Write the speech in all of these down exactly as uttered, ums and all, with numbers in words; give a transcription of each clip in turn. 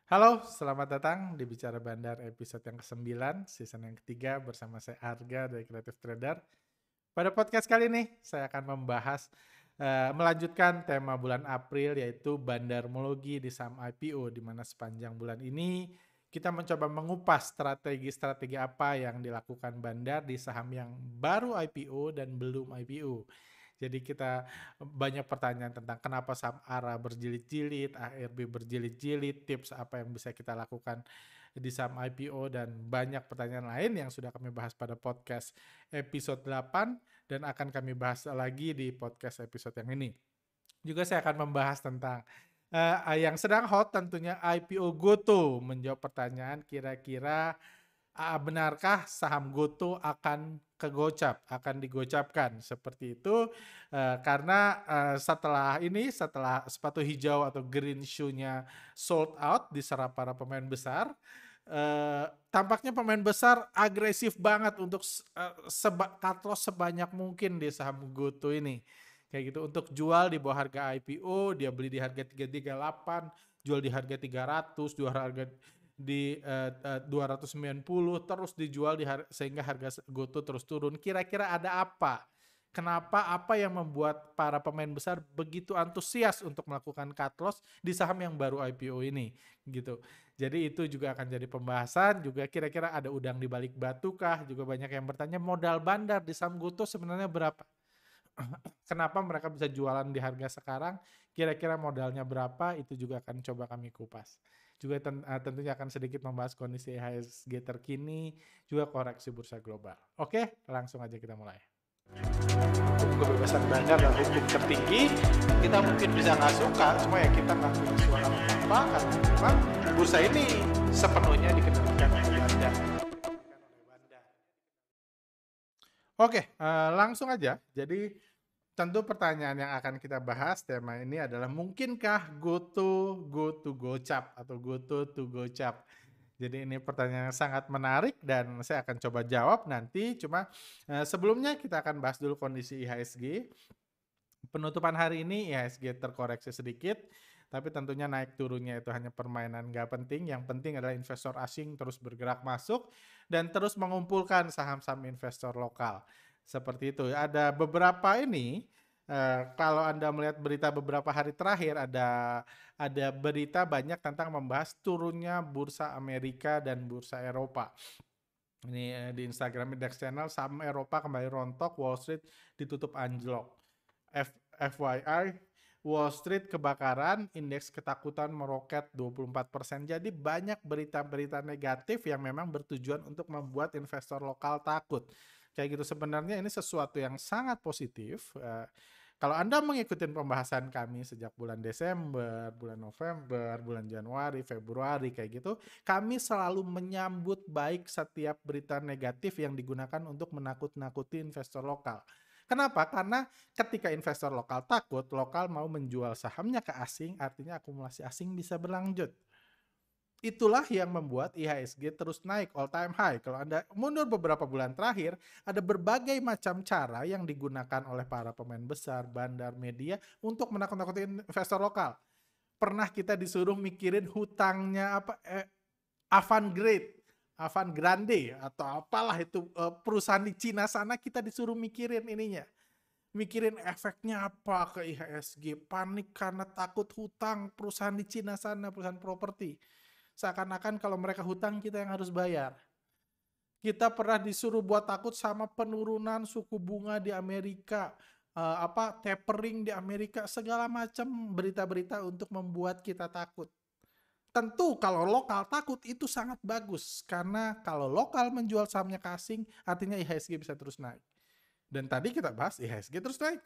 Halo, selamat datang di Bicara Bandar episode yang kesembilan, season yang ketiga bersama saya Arga dari Creative Trader. Pada podcast kali ini, saya akan membahas, eh, melanjutkan tema bulan April yaitu bandarmologi di saham I P O, di mana sepanjang bulan ini kita mencoba mengupas strategi-strategi apa yang dilakukan bandar di saham yang baru I P O dan belum I P O. Jadi kita banyak pertanyaan tentang kenapa saham A R A berjilid-jilid, A R B berjilid-jilid, tips apa yang bisa kita lakukan di saham I P O, dan banyak pertanyaan lain yang sudah kami bahas pada podcast episode delapan dan akan kami bahas lagi di podcast episode yang ini. Juga saya akan membahas tentang uh, yang sedang hot tentunya I P O Goto, menjawab pertanyaan kira-kira Ah, benarkah saham Goto akan kegocap, akan digocapkan seperti itu, uh, karena uh, setelah ini, setelah sepatu hijau atau green shoe-nya sold out diserap para pemain besar, uh, tampaknya pemain besar agresif banget untuk uh, seba, cut loss sebanyak mungkin di saham Goto ini. Kayak gitu, untuk jual di bawah harga I P O, dia beli di harga tiga ratus tiga puluh delapan, jual di harga tiga ratus, jual harga di uh, uh, dua ratus sembilan puluh, terus dijual di har- sehingga harga Goto terus turun. Kira-kira ada apa? Kenapa, apa yang membuat para pemain besar begitu antusias untuk melakukan cut loss di saham yang baru I P O ini gitu. Jadi itu juga akan jadi pembahasan. Juga kira-kira ada udang di balik batu kah? Juga banyak yang bertanya modal bandar di saham Goto sebenarnya berapa? Kenapa mereka bisa jualan di harga sekarang? Kira-kira modalnya berapa? Itu juga akan coba kami kupas. Juga ten, uh, tentunya akan sedikit membahas kondisi I H S G terkini, juga koreksi bursa global. Oke, langsung aja kita mulai. Kebebasan bandar dan hukum tertinggi, kita mungkin bisa nggak suka, cuma ya kita nggak punya suara apa, karena memang bursa ini sepenuhnya dikendalikan oleh bandar. Oke, uh, langsung aja. Jadi tentu pertanyaan yang akan kita bahas tema ini adalah mungkinkah Goto go to gocap atau Goto to gocap. Jadi ini pertanyaan yang sangat menarik dan saya akan coba jawab nanti. Cuma uh, sebelumnya kita akan bahas dulu kondisi I H S G. Penutupan hari ini I H S G terkoreksi sedikit, tapi tentunya naik turunnya itu hanya permainan nggak penting. Yang penting adalah investor asing terus bergerak masuk dan terus mengumpulkan saham-saham investor lokal. Seperti itu. Ada beberapa ini, eh, kalau Anda melihat berita beberapa hari terakhir, ada ada berita banyak tentang membahas turunnya bursa Amerika dan bursa Eropa. Ini eh, di Instagram Index Channel, saham Eropa kembali rontok, Wall Street ditutup anjlok. F FYI, Wall Street kebakaran, indeks ketakutan meroket dua puluh empat persen. Jadi banyak berita-berita negatif yang memang bertujuan untuk membuat investor lokal takut. Kayak gitu, sebenarnya ini sesuatu yang sangat positif. Uh, kalau Anda mengikuti pembahasan kami sejak bulan Desember, bulan November, bulan Januari, Februari kayak gitu, kami selalu menyambut baik setiap berita negatif yang digunakan untuk menakut-nakuti investor lokal. Kenapa? Karena ketika investor lokal takut, lokal mau menjual sahamnya ke asing, artinya akumulasi asing bisa berlanjut. Itulah yang membuat I H S G terus naik all time high. Kalau Anda mundur beberapa bulan terakhir, ada berbagai macam cara yang digunakan oleh para pemain besar, bandar, media untuk menakut-nakuti investor lokal. Pernah kita disuruh mikirin hutangnya apa eh, Avantgrade, Avantgrande atau apalah itu eh, perusahaan di Cina sana, kita disuruh mikirin ininya. Mikirin efeknya apa ke I H S G, panik karena takut hutang perusahaan di Cina sana, perusahaan properti. Seakan-akan kalau mereka hutang, kita yang harus bayar. Kita pernah disuruh buat takut sama penurunan suku bunga di Amerika, uh, apa tapering di Amerika, segala macam berita-berita untuk membuat kita takut. Tentu kalau lokal takut itu sangat bagus, karena kalau lokal menjual sahamnya ke asing, artinya I H S G bisa terus naik. Dan tadi kita bahas I H S G terus naik,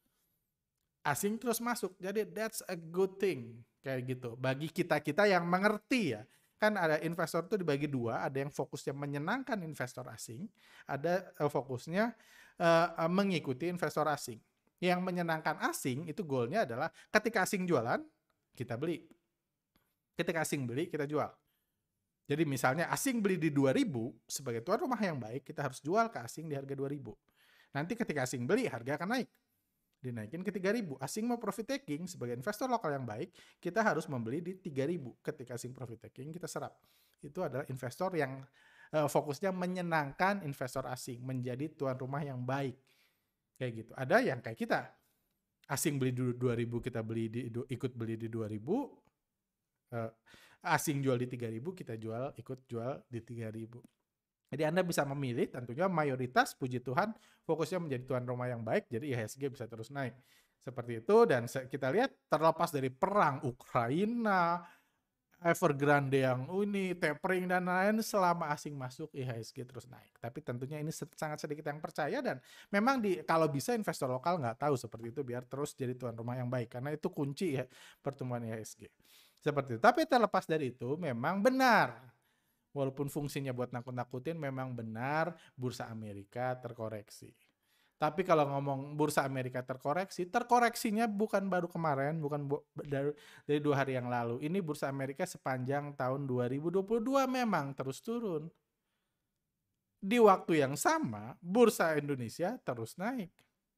asing terus masuk. Jadi that's a good thing kayak gitu. Bagi kita-kita yang mengerti ya. Kan ada investor itu dibagi dua, ada yang fokusnya menyenangkan investor asing, ada uh, fokusnya uh, uh, mengikuti investor asing. Yang menyenangkan asing itu goalnya adalah ketika asing jualan, kita beli. Ketika asing beli, kita jual. Jadi misalnya asing beli di dua ribu, sebagai tuan rumah yang baik, kita harus jual ke asing di harga dua ribu. Nanti ketika asing beli, harga akan naik. dinaikin ke tiga ribu. Asing mau profit taking, sebagai investor lokal yang baik, kita harus membeli di tiga ribu. Ketika asing profit taking, kita serap. Itu adalah investor yang uh, fokusnya menyenangkan investor asing, menjadi tuan rumah yang baik. Kayak gitu. Ada yang kayak kita, asing beli di dua ribu, kita beli di, ikut beli di dua ribu, uh, asing jual di tiga ribu, kita jual ikut jual di tiga ribu. Jadi Anda bisa memilih, tentunya mayoritas, puji Tuhan, fokusnya menjadi tuan rumah yang baik, jadi I H S G bisa terus naik. Seperti itu, dan kita lihat terlepas dari perang Ukraina, Evergrande yang ini, tapering dan lain-lain, selama asing masuk I H S G terus naik. Tapi tentunya ini sangat sedikit yang percaya, dan memang di, kalau bisa investor lokal nggak tahu seperti itu, biar terus jadi tuan rumah yang baik, karena itu kunci ya pertumbuhan I H S G. Seperti itu. Tapi terlepas dari itu, memang benar. Walaupun fungsinya buat nakut-nakutin, memang benar bursa Amerika terkoreksi. Tapi kalau ngomong bursa Amerika terkoreksi, terkoreksinya bukan baru kemarin, bukan dari, dari dua hari yang lalu. Ini bursa Amerika sepanjang tahun dua ribu dua puluh dua memang terus turun. Di waktu yang sama, bursa Indonesia terus naik.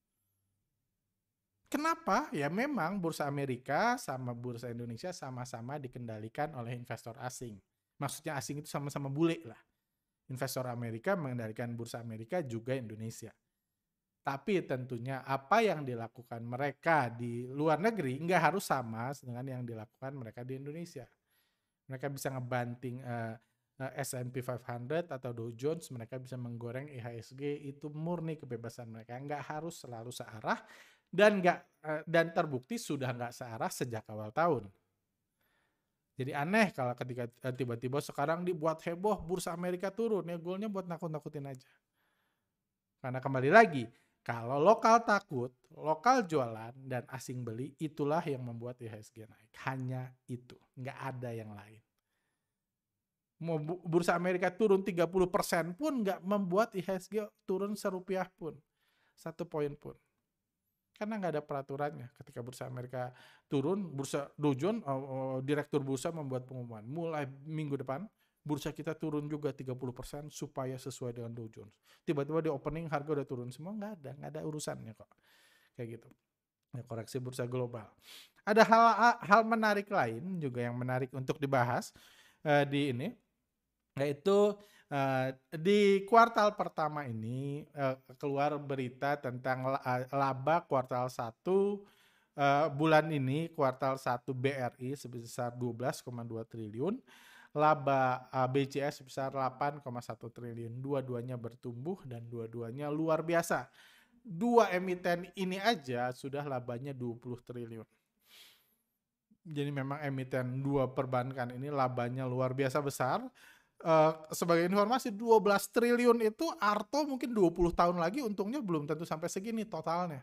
Kenapa? Ya memang bursa Amerika sama bursa Indonesia sama-sama dikendalikan oleh investor asing. Maksudnya asing itu sama-sama bule lah. Investor Amerika mengendalikan bursa Amerika, juga Indonesia. Tapi tentunya apa yang dilakukan mereka di luar negeri nggak harus sama dengan yang dilakukan mereka di Indonesia. Mereka bisa ngebanting uh, uh, S and P lima ratus atau Dow Jones, mereka bisa menggoreng I H S G, itu murni kebebasan mereka. Nggak harus selalu searah, dan nggak uh, dan terbukti sudah nggak searah sejak awal tahun. Jadi aneh kalau ketika tiba-tiba sekarang dibuat heboh bursa Amerika turun, ya goalnya buat nakut-nakutin aja. Karena kembali lagi, kalau lokal takut, lokal jualan, dan asing beli, itulah yang membuat I H S G naik. Hanya itu, nggak ada yang lain. Mau bursa Amerika turun tiga puluh persen pun nggak membuat I H S G turun serupiah pun, satu poin pun. Karena nggak ada peraturannya. Ketika bursa Amerika turun, bursa Dow Jones, uh, direktur bursa membuat pengumuman, mulai minggu depan, bursa kita turun juga tiga puluh persen supaya sesuai dengan Dow Jones. Tiba-tiba di opening harga udah turun semua, nggak ada, nggak ada urusannya kok. Kayak gitu. Ya, koreksi bursa global. Ada hal hal menarik lain juga yang menarik untuk dibahas uh, di ini, yaitu Uh, di kuartal pertama ini uh, keluar berita tentang laba kuartal satu uh, bulan ini, kuartal satu B R I sebesar dua belas koma dua triliun, laba uh, B C A sebesar delapan koma satu triliun. Dua-duanya bertumbuh dan dua-duanya luar biasa. Dua emiten ini aja sudah labanya dua puluh triliun. Jadi memang emiten dua perbankan ini labanya luar biasa besar. Uh, sebagai informasi, dua belas triliun itu Arto mungkin dua puluh tahun lagi untungnya belum tentu sampai segini totalnya.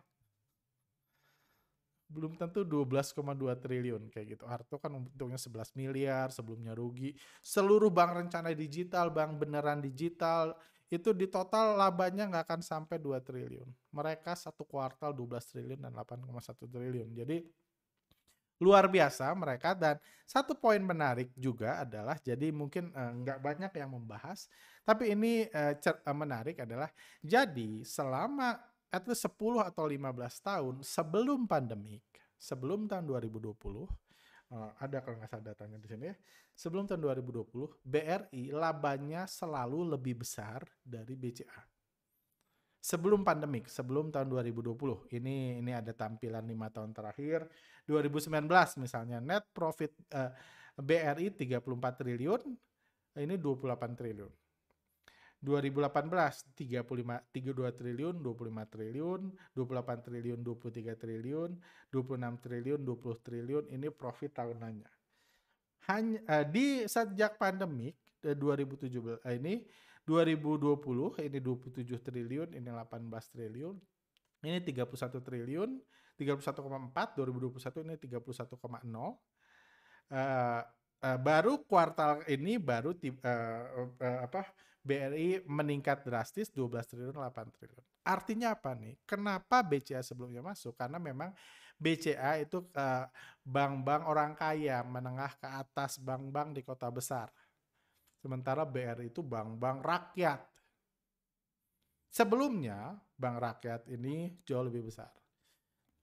Belum tentu dua belas koma dua triliun kayak gitu. Arto kan untungnya sebelas miliar, sebelumnya rugi. Seluruh bank rencana digital, bank beneran digital, itu di total labanya nggak akan sampai dua triliun. Mereka satu kuartal dua belas triliun dan delapan koma satu triliun. Jadi luar biasa mereka. Dan satu poin menarik juga adalah, jadi mungkin uh, nggak banyak yang membahas, tapi ini uh, cer- uh, menarik adalah, jadi selama at least sepuluh atau lima belas tahun sebelum pandemik, sebelum tahun dua ribu dua puluh, uh, ada kalau nggak salah datanya di sini ya, sebelum tahun dua ribu dua puluh, B R I labanya selalu lebih besar dari B C A. Sebelum pandemik, sebelum tahun dua ribu dua puluh. Ini ini ada tampilan lima tahun terakhir. dua ribu sembilan belas misalnya net profit uh, B R I tiga puluh empat triliun, ini dua puluh delapan triliun. dua ribu delapan belas tiga puluh lima, tiga puluh dua triliun, dua puluh lima triliun, dua puluh delapan triliun, dua puluh tiga triliun, dua puluh enam triliun, dua puluh triliun, ini profit tahunannya. Hanya uh, di sejak pandemik uh, dua ribu tujuh belas uh, ini dua ribu dua puluh ini dua puluh tujuh triliun, ini delapan belas triliun, ini tiga puluh satu triliun, tiga puluh satu koma empat, dua ribu dua puluh satu ini tiga puluh satu koma nol. Uh, uh, baru kuartal ini baru uh, uh, apa B R I meningkat drastis dua belas triliun, delapan triliun. Artinya apa nih? Kenapa B C A sebelumnya masuk? Karena memang B C A itu uh, bank-bank orang kaya, menengah ke atas, bank-bank di kota besar. Sementara B R I itu bank-bank rakyat. Sebelumnya, bank rakyat ini jauh lebih besar.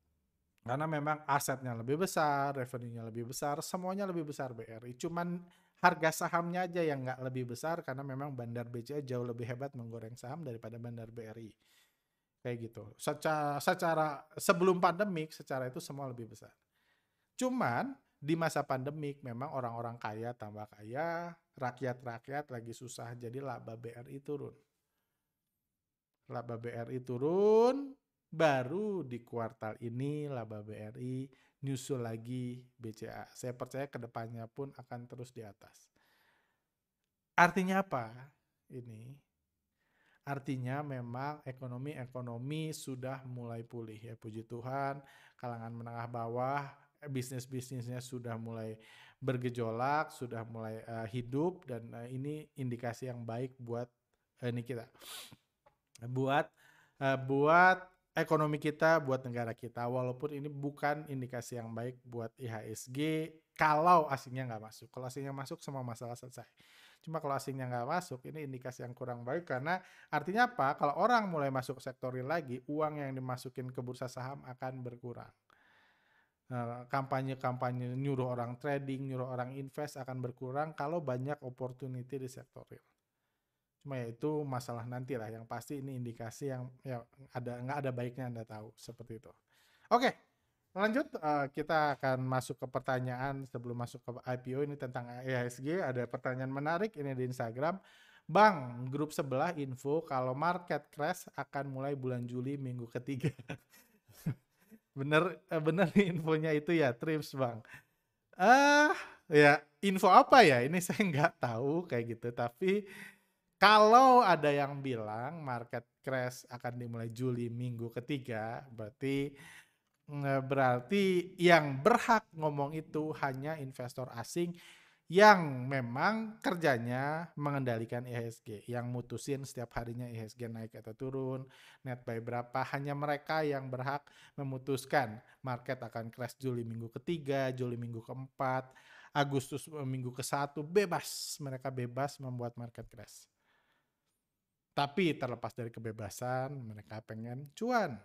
Karena memang asetnya lebih besar, revenue-nya lebih besar, semuanya lebih besar B R I. Cuman harga sahamnya aja yang nggak lebih besar karena memang Bandar B C A jauh lebih hebat menggoreng saham daripada Bandar B R I. Kayak gitu. Secara, secara sebelum pandemik, secara itu semua lebih besar. Cuman di masa pandemik memang orang-orang kaya tambah kaya, rakyat-rakyat lagi susah, jadi laba B R I turun. Laba B R I turun, baru di kuartal ini laba B R I nyusul lagi B C A. Saya percaya kedepannya pun akan terus di atas. Artinya apa? Ini artinya memang ekonomi-ekonomi sudah mulai pulih ya, puji Tuhan. Kalangan menengah bawah, bisnis-bisnisnya sudah mulai bergejolak, sudah mulai uh, hidup, dan uh, ini indikasi yang baik buat uh, ini kita, buat uh, buat ekonomi kita, buat negara kita. Walaupun ini bukan indikasi yang baik buat I H S G kalau asingnya nggak masuk. Kalau asingnya masuk, semua masalah selesai. Cuma kalau asingnya nggak masuk, ini indikasi yang kurang baik karena artinya apa? Kalau orang mulai masuk sektor real lagi, uang yang dimasukin ke bursa saham akan berkurang. Nah, kampanye-kampanye nyuruh orang trading, nyuruh orang invest akan berkurang kalau banyak opportunity di sektor real. Cuma ya itu masalah nanti lah. Yang pasti ini indikasi yang ya ada nggak ada baiknya Anda tahu seperti itu. Oke, lanjut uh, kita akan masuk ke pertanyaan sebelum masuk ke I P O ini tentang I H S G. Ada pertanyaan menarik ini di Instagram. Bang, grup sebelah info kalau market crash akan mulai bulan Juli minggu ketiga. bener bener infonya itu ya, Trips Bang. Ah, uh, ya info apa ya? Ini saya nggak tahu kayak gitu. Tapi kalau ada yang bilang market crash akan dimulai Juli minggu ketiga, berarti berarti yang berhak ngomong itu hanya investor asing yang memang kerjanya mengendalikan I H S G, yang mutusin setiap harinya I H S G naik atau turun, net buy berapa, hanya mereka yang berhak memutuskan market akan crash Juli minggu ketiga, Juli minggu keempat, Agustus minggu ke satu, bebas, mereka bebas membuat market crash. Tapi terlepas dari kebebasan, mereka pengen cuan.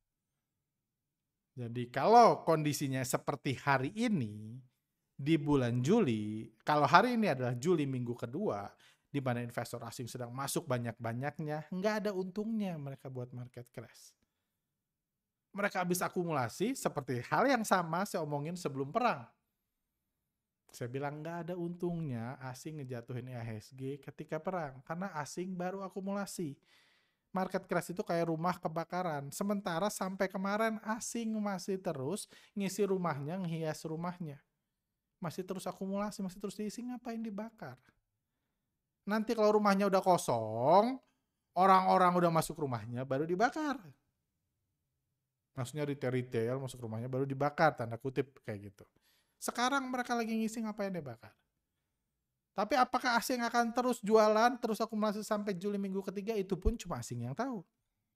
Jadi kalau kondisinya seperti hari ini, di bulan Juli, kalau hari ini adalah Juli minggu kedua, di mana investor asing sedang masuk banyak-banyaknya, nggak ada untungnya mereka buat market crash. Mereka habis akumulasi seperti hal yang sama saya omongin sebelum perang. Saya bilang nggak ada untungnya asing ngejatuhin I H S G ketika perang, karena asing baru akumulasi. Market crash itu kayak rumah kebakaran. Sementara sampai kemarin asing masih terus ngisi rumahnya, ngehias rumahnya. Masih terus akumulasi, masih terus diisi, ngapain dibakar? Nanti kalau rumahnya udah kosong, orang-orang udah masuk rumahnya, baru dibakar. Maksudnya retail-retail masuk rumahnya baru dibakar, tanda kutip kayak gitu. Sekarang mereka lagi ngisi, ngapain dibakar? Tapi apakah asing akan terus jualan, terus akumulasi sampai Juli minggu ketiga, itu pun cuma asing yang tahu.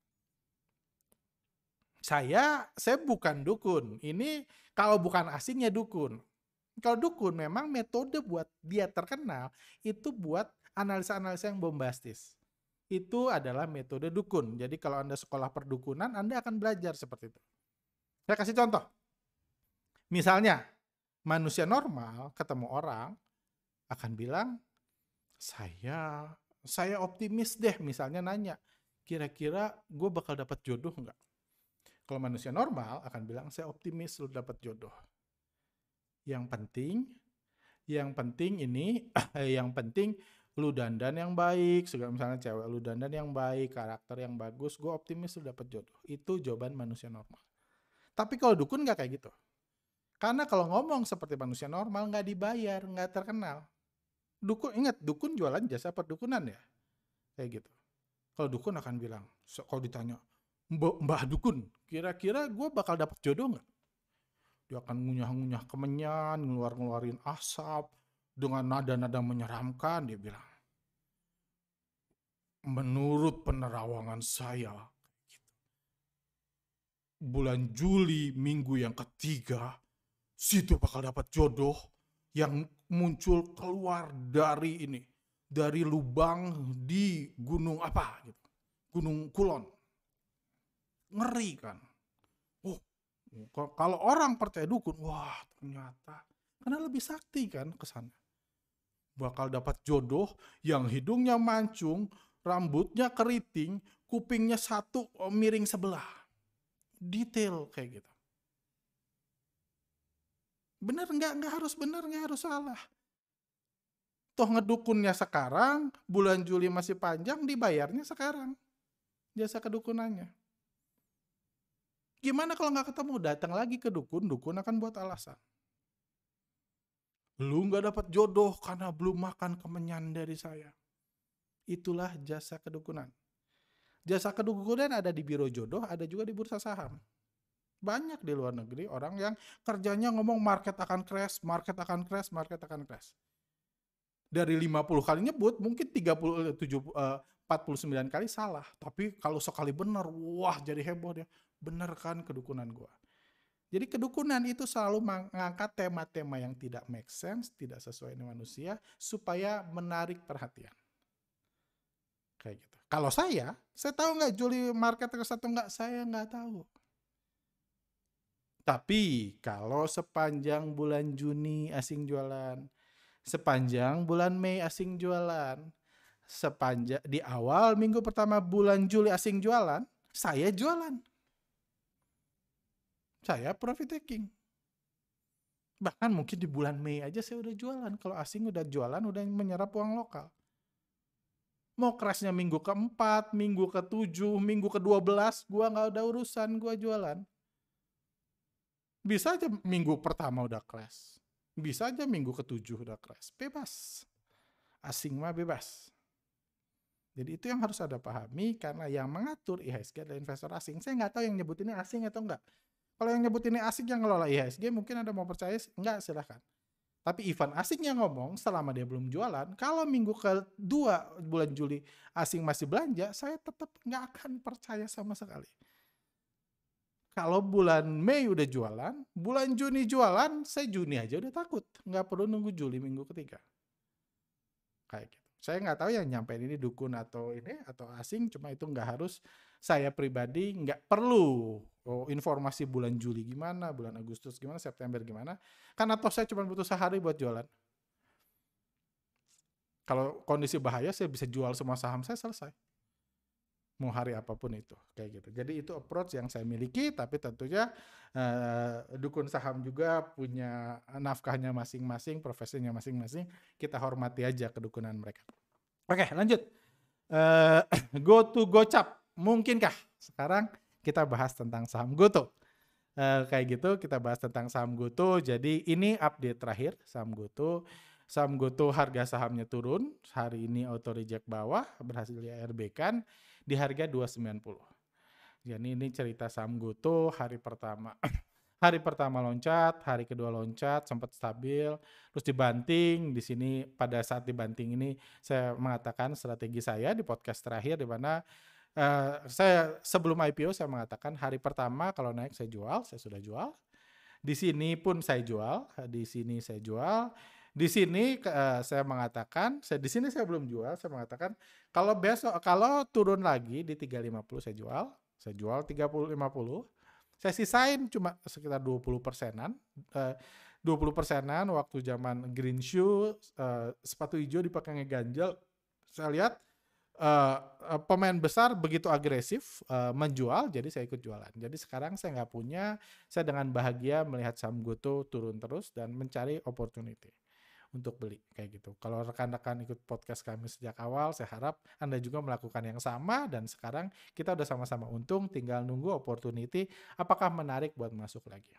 Saya, saya bukan dukun. Ini kalau bukan asingnya dukun. Kalau dukun memang metode buat dia terkenal itu buat analisa-analisa yang bombastis. Itu adalah metode dukun. Jadi kalau Anda sekolah perdukunan, Anda akan belajar seperti itu. Saya kasih contoh. Misalnya, manusia normal ketemu orang akan bilang, saya saya optimis deh, misalnya nanya, kira-kira gue bakal dapat jodoh nggak? Kalau manusia normal akan bilang, saya optimis lu dapat jodoh. Yang penting, yang penting ini, yang penting lu dandan yang baik, segala misalnya cewek lu dandan yang baik, karakter yang bagus, gue optimis lu dapet jodoh. Itu jawaban manusia normal. Tapi kalau dukun nggak kayak gitu. Karena kalau ngomong seperti manusia normal nggak dibayar, nggak terkenal. Dukun, ingat dukun jualan jasa perdukunan ya, kayak gitu. Kalau dukun akan bilang, so, kalau ditanya, Mbak, Mbak Dukun, kira-kira gue bakal dapet jodoh nggak? Dia akan ngunyah-ngunyah kemenyan, ngeluar-ngeluarin asap, dengan nada-nada menyeramkan, dia bilang, menurut penerawangan saya, bulan Juli minggu yang ketiga, situ bakal dapat jodoh yang muncul keluar dari ini, dari lubang di gunung apa gitu, Gunung Kulon. Ngeri kan? Oh, Kalau orang percaya dukun, wah ternyata karena lebih sakti kan kesannya. Bakal dapat jodoh yang hidungnya mancung, rambutnya keriting, kupingnya satu miring sebelah. Detail kayak gitu. Bener nggak? Nggak harus bener, nggak harus salah. Toh ngedukunnya sekarang, bulan Juli masih panjang, dibayarnya sekarang. Jasa kedukunannya. Gimana kalau nggak ketemu? Datang lagi ke dukun, dukun akan buat alasan. Lu nggak dapat jodoh karena belum makan kemenyan dari saya. Itulah jasa kedukunan. Jasa kedukunan ada di biro jodoh, ada juga di bursa saham. Banyak di luar negeri orang yang kerjanya ngomong market akan crash, market akan crash, market akan crash. Dari lima puluh kali nyebut, mungkin tiga puluh, tujuh, empat puluh sembilan kali salah. Tapi kalau sekali benar, wah jadi heboh dia. Bener kan kedukunan gua. Jadi kedukunan itu selalu mengangkat tema-tema yang tidak make sense, tidak sesuai dengan manusia, supaya menarik perhatian. Kayak gitu. Kalau saya, saya tahu nggak Juli market crash atau nggak, saya nggak tahu. Tapi kalau sepanjang bulan Juni asing jualan, sepanjang bulan Mei asing jualan, sepanjang di awal minggu pertama bulan Juli asing jualan, saya jualan. Saya profit taking. Bahkan mungkin di bulan Mei aja saya udah jualan. Kalau asing udah jualan, udah menyerap uang lokal. Mau crashnya minggu keempat, minggu ketujuh, minggu kedua belas, gua nggak ada urusan, gua jualan. Bisa aja minggu pertama udah crash. Bisa aja minggu ketujuh udah crash. Bebas. Asing mah bebas. Jadi itu yang harus Anda pahami, karena yang mengatur I H S G adalah investor asing. Saya nggak tahu yang nyebut ini asing atau enggak. Kalau yang nyebut ini asing yang ngelola I H S G, mungkin Anda mau percaya, enggak, silahkan. Tapi Ivan asing yang ngomong selama dia belum jualan, kalau minggu kedua bulan Juli asing masih belanja, saya tetap nggak akan percaya sama sekali. Kalau bulan Mei udah jualan, bulan Juni jualan, saya Juni aja udah takut. Nggak perlu nunggu Juli minggu ketiga. Kayak gitu. Saya nggak tahu yang nyampein ini dukun atau ini atau asing, cuma itu nggak harus. Saya pribadi nggak perlu oh, informasi bulan Juli gimana, bulan Agustus gimana, September gimana. Karena toh saya cuma butuh sehari buat jualan. Kalau kondisi bahaya, saya bisa jual semua saham saya, selesai. Mau hari apapun itu, kayak gitu. Jadi itu approach yang saya miliki, tapi tentunya uh, dukun saham juga punya nafkahnya masing-masing, profesinya masing-masing. Kita hormati aja kedukunan mereka. Oke, lanjut. Uh, go to gocap, mungkinkah? Sekarang kita bahas tentang saham GoTo. Uh, kayak gitu, kita bahas tentang saham GoTo. Jadi ini update terakhir saham GoTo. Saham GoTo harga sahamnya turun. Hari ini auto reject bawah, berhasil di A R B kan di harga dua sembilan puluh. Jadi ini cerita saham GoTo hari pertama. Hari pertama loncat, hari kedua loncat, sempat stabil, terus dibanting. Di sini pada saat dibanting ini saya mengatakan strategi saya di podcast terakhir, di mana uh, saya sebelum I P O saya mengatakan hari pertama kalau naik saya jual, saya sudah jual. Di sini pun saya jual, di sini saya jual. Di sini uh, saya mengatakan, saya di sini saya belum jual, saya mengatakan kalau besok kalau turun lagi di tiga lima puluh saya jual, saya jual tiga puluh lima puluh. Saya sisain cuma sekitar dua puluh persenan. Uh, dua puluh persenan waktu zaman green shoe, uh, sepatu hijau dipakai ngeganjel. Saya lihat uh, uh, pemain besar begitu agresif uh, menjual, jadi saya ikut jualan. Jadi sekarang saya nggak punya, saya dengan bahagia melihat saham GoTo turun terus dan mencari opportunity untuk beli kayak gitu. Kalau rekan-rekan ikut podcast kami sejak awal, saya harap Anda juga melakukan yang sama, dan sekarang kita udah sama-sama untung, tinggal nunggu opportunity apakah menarik buat masuk lagi.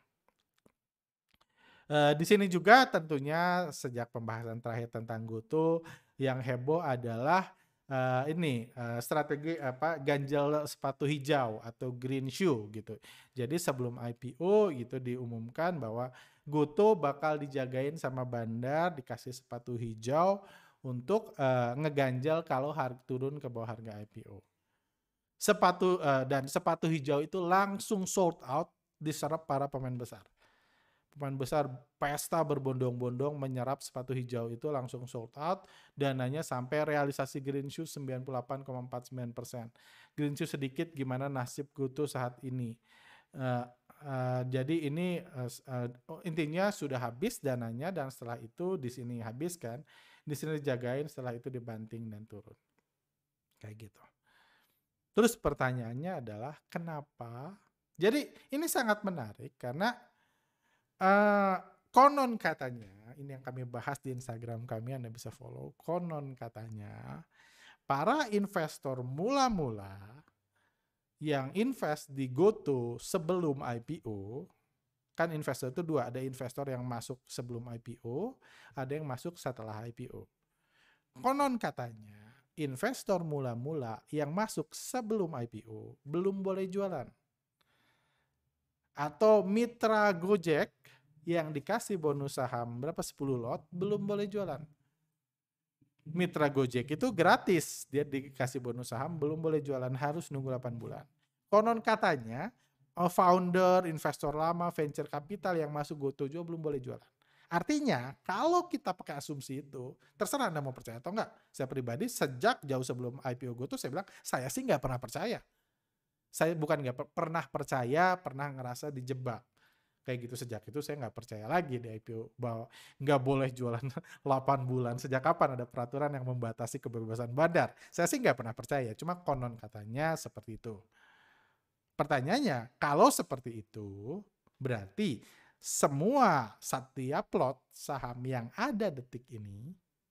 Uh, di sini juga tentunya sejak pembahasan terakhir tentang GoTo, yang heboh adalah uh, ini uh, strategi apa ganjel sepatu hijau atau green shoe gitu. Jadi sebelum I P O gitu diumumkan bahwa GoTo bakal dijagain sama bandar, dikasih sepatu hijau untuk uh, ngeganjel kalau harga turun ke bawah harga I P O. Sepatu uh, dan sepatu hijau itu langsung sold out, diserap para pemain besar. Pemain besar pesta berbondong-bondong menyerap sepatu hijau itu, langsung sold out, dananya sampai realisasi green shoe sembilan puluh delapan koma empat sembilan persen. Green shoe sedikit, gimana nasib GoTo saat ini? Uh, Uh, jadi ini uh, uh, intinya sudah habis dananya dan setelah itu di sini habis kan, di sini dijagain, setelah itu dibanting dan turun. Kayak gitu. Terus pertanyaannya adalah kenapa? Jadi ini sangat menarik karena uh, konon katanya, ini yang kami bahas di Instagram kami, Anda bisa follow. Konon katanya para investor mula-mula yang invest di GoTo sebelum I P O, kan investor itu dua, ada investor yang masuk sebelum I P O, ada yang masuk setelah I P O. Konon katanya, investor mula-mula yang masuk sebelum I P O belum boleh jualan. Atau mitra Gojek yang dikasih bonus saham berapa sepuluh lot belum boleh jualan. Mitra Gojek itu gratis, dia dikasih bonus saham belum boleh jualan, harus nunggu delapan bulan. Konon katanya founder, investor lama, venture capital yang masuk GoTo juga belum boleh jualan. Artinya kalau kita pakai asumsi itu, terserah Anda mau percaya atau enggak. Saya pribadi sejak jauh sebelum I P O GoTo saya bilang saya sih nggak pernah percaya. Saya bukan nggak per- pernah percaya, pernah ngerasa dijebak. Kayak gitu, sejak itu saya nggak percaya lagi di I P O bahwa nggak boleh jualan delapan bulan. Sejak kapan ada peraturan yang membatasi kebebasan bandar? Saya sih nggak pernah percaya, cuma konon katanya seperti itu. Pertanyaannya, kalau seperti itu, berarti semua setiap lot saham yang ada detik ini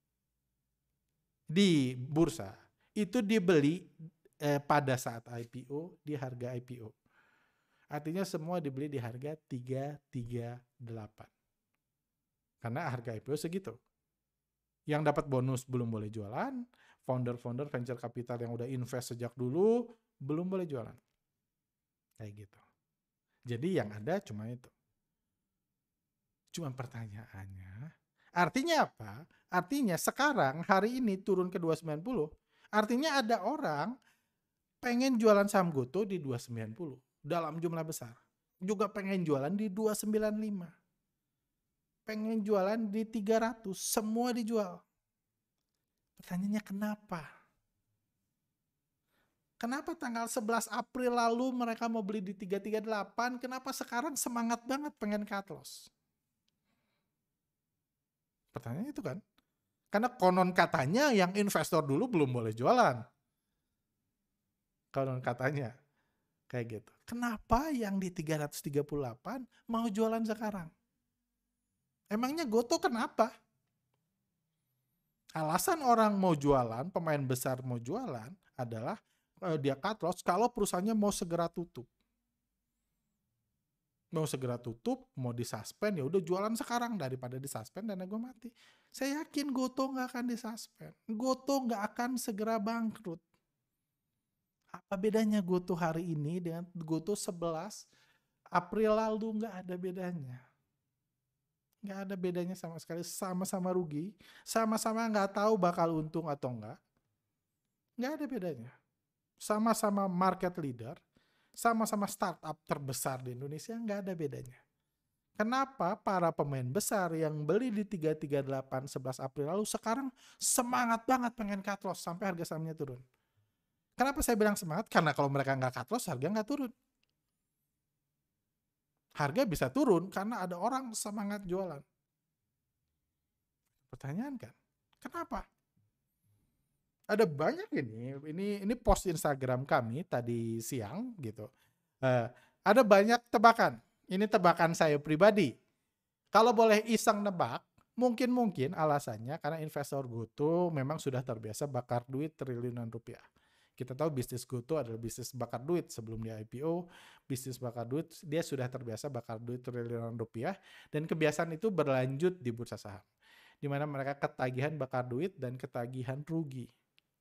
di bursa itu dibeli eh, pada saat I P O di harga I P O. Artinya semua dibeli di harga tiga ratus tiga puluh delapan. Karena harga I P O segitu. Yang dapat bonus belum boleh jualan, founder-founder venture capital yang udah invest sejak dulu belum boleh jualan. Kayak gitu. Jadi yang ada cuma itu. Cuma pertanyaannya, artinya apa? Artinya sekarang hari ini turun ke dua ratus sembilan puluh, artinya ada orang pengen jualan saham GoTo di dua ratus sembilan puluh dalam jumlah besar. Juga pengen jualan di dua ratus sembilan puluh lima. Pengen jualan di tiga ratus, semua dijual. Pertanyaannya kenapa? Kenapa tanggal sebelas April lalu mereka mau beli di tiga ratus tiga puluh delapan, kenapa sekarang semangat banget pengen cut loss? Pertanyaannya itu kan. Karena konon katanya yang investor dulu belum boleh jualan. Konon katanya. Kayak gitu. Kenapa yang di tiga ratus tiga puluh delapan mau jualan sekarang? Emangnya GoTo kenapa? Alasan orang mau jualan, pemain besar mau jualan adalah eh, dia cut loss kalau perusahaannya mau segera tutup. Mau segera tutup, mau disuspend, ya udah jualan sekarang daripada disuspend dana gue mati. Saya yakin GoTo nggak akan disuspend. GoTo nggak akan segera bangkrut. Apa bedanya GoTo hari ini dengan GoTo sebelas April lalu? Nggak ada bedanya. Nggak ada bedanya sama sekali, sama-sama rugi, sama-sama nggak tahu bakal untung atau enggak. Nggak ada bedanya. Sama-sama market leader, sama-sama startup terbesar di Indonesia, nggak ada bedanya. Kenapa para pemain besar yang beli di tiga ratus tiga puluh delapan sebelas April lalu sekarang semangat banget pengen cut loss sampai harga sahamnya turun? Kenapa saya bilang semangat? Karena kalau mereka nggak cut loss, harga nggak turun. Harga bisa turun karena ada orang semangat jualan. Pertanyaan kan, kenapa? Ada banyak ini, ini ini post Instagram kami tadi siang gitu. Uh, ada banyak tebakan. Ini tebakan saya pribadi. Kalau boleh iseng nebak, mungkin-mungkin alasannya karena investor GoTo memang sudah terbiasa bakar duit triliunan rupiah. Kita tahu bisnis GoTo adalah bisnis bakar duit sebelum dia I P O, bisnis bakar duit, dia sudah terbiasa bakar duit triliunan rupiah, dan kebiasaan itu berlanjut di bursa saham. Di mana mereka ketagihan bakar duit dan ketagihan rugi.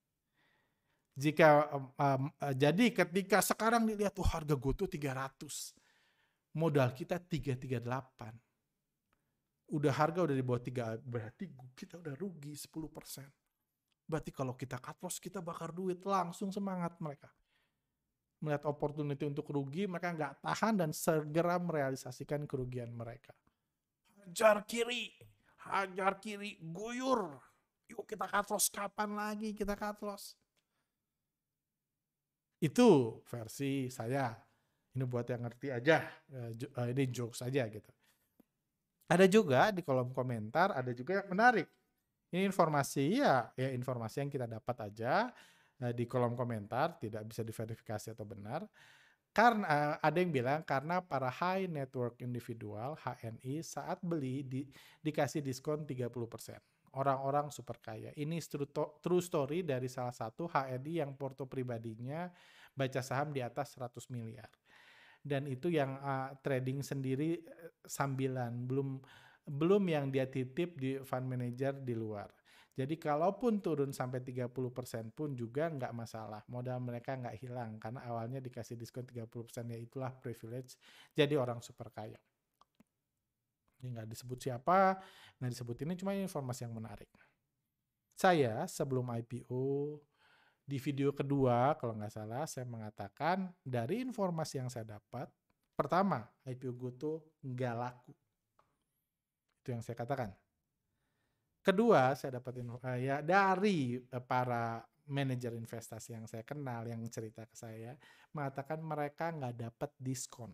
Jika um, um, uh, jadi ketika sekarang dilihat tuh harga GoTo tiga ratus, modal kita tiga ratus tiga puluh delapan. Udah harga udah di bawah tiga, berarti kita udah rugi sepuluh persen. Berarti kalau kita cut loss, kita bakar duit, langsung semangat mereka. Melihat opportunity untuk rugi, mereka nggak tahan dan segera merealisasikan kerugian mereka. Hajar kiri, hajar kiri, guyur. Yuk kita cut loss, kapan lagi kita cut loss? Itu versi saya. Ini buat yang ngerti aja, uh, uh, ini jokes aja gitu. Ada juga di kolom komentar, ada juga yang menarik. Ini informasi ya, ya informasi yang kita dapat aja uh, di kolom komentar, tidak bisa diverifikasi atau benar. Karena uh, ada yang bilang karena para high network individual H N I saat beli di, dikasih diskon tiga puluh persen. Orang-orang super kaya. Ini true story dari salah satu H N I yang porto pribadinya baca saham di atas seratus miliar. Dan itu yang uh, trading sendiri uh, sambilan, belum belum yang dia titip di fund manager di luar. Jadi kalaupun turun sampai tiga puluh persen pun juga nggak masalah. Modal mereka nggak hilang karena awalnya dikasih diskon tiga puluh persen, ya itulah privilege jadi orang super kaya. Ini nggak disebut siapa, nggak disebut ini, cuma informasi yang menarik. Saya sebelum I P O di video kedua, kalau nggak salah, saya mengatakan dari informasi yang saya dapat, pertama, I P O GoTo nggak laku. Itu yang saya katakan. Kedua, saya dapat info, uh, ya dari uh, para manajer investasi yang saya kenal, yang cerita ke saya, mengatakan mereka nggak dapat diskon.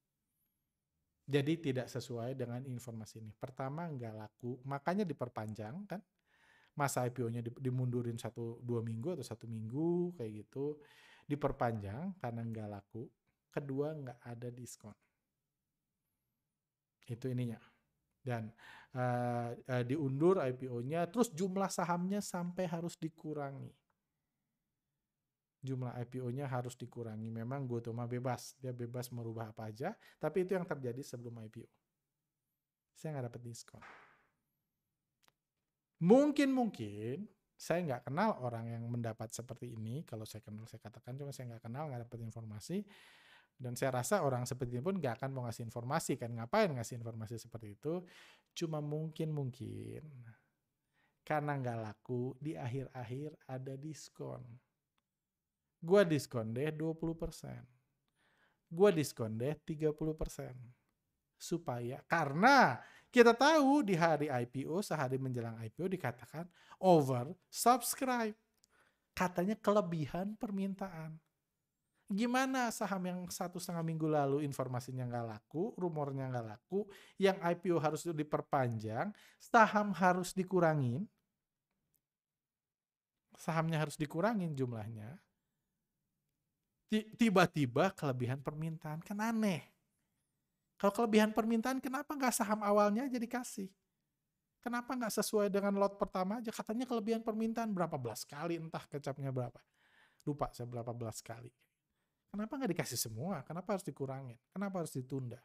Jadi tidak sesuai dengan informasi ini. Pertama, nggak laku, makanya diperpanjang kan. Masa I P O-nya dimundurin satu dua minggu atau satu minggu kayak gitu, diperpanjang karena nggak laku. Kedua, nggak ada diskon. Itu ininya. Dan uh, uh, diundur I P O-nya, terus jumlah sahamnya sampai harus dikurangi. Jumlah I P O-nya harus dikurangi. Memang GoTo mah bebas, dia bebas merubah apa aja. Tapi itu yang terjadi sebelum I P O. Saya nggak dapat diskon. Mungkin-mungkin saya nggak kenal orang yang mendapat seperti ini. Kalau saya kenal, saya katakan, cuma saya nggak kenal, nggak dapat informasi. Dan saya rasa orang seperti ini pun nggak akan mau ngasih informasi kan. Ngapain ngasih informasi seperti itu? Cuma mungkin-mungkin karena nggak laku, di akhir-akhir ada diskon. Gua diskon deh dua puluh persen. Gua diskon deh tiga puluh persen. Supaya, karena kita tahu di hari I P O, sehari menjelang I P O dikatakan over subscribe. Katanya kelebihan permintaan. Gimana saham yang satu setengah minggu lalu informasinya nggak laku, rumornya nggak laku, yang I P O harus diperpanjang, saham harus dikurangin, sahamnya harus dikurangin jumlahnya, tiba-tiba kelebihan permintaan, kan aneh. Kalau kelebihan permintaan, kenapa nggak saham awalnya aja dikasih? Kenapa nggak sesuai dengan lot pertama aja? Katanya kelebihan permintaan berapa belas kali, entah kecapnya berapa. Lupa saya berapa belas kali. Kenapa nggak dikasih semua? Kenapa harus dikurangin? Kenapa harus ditunda?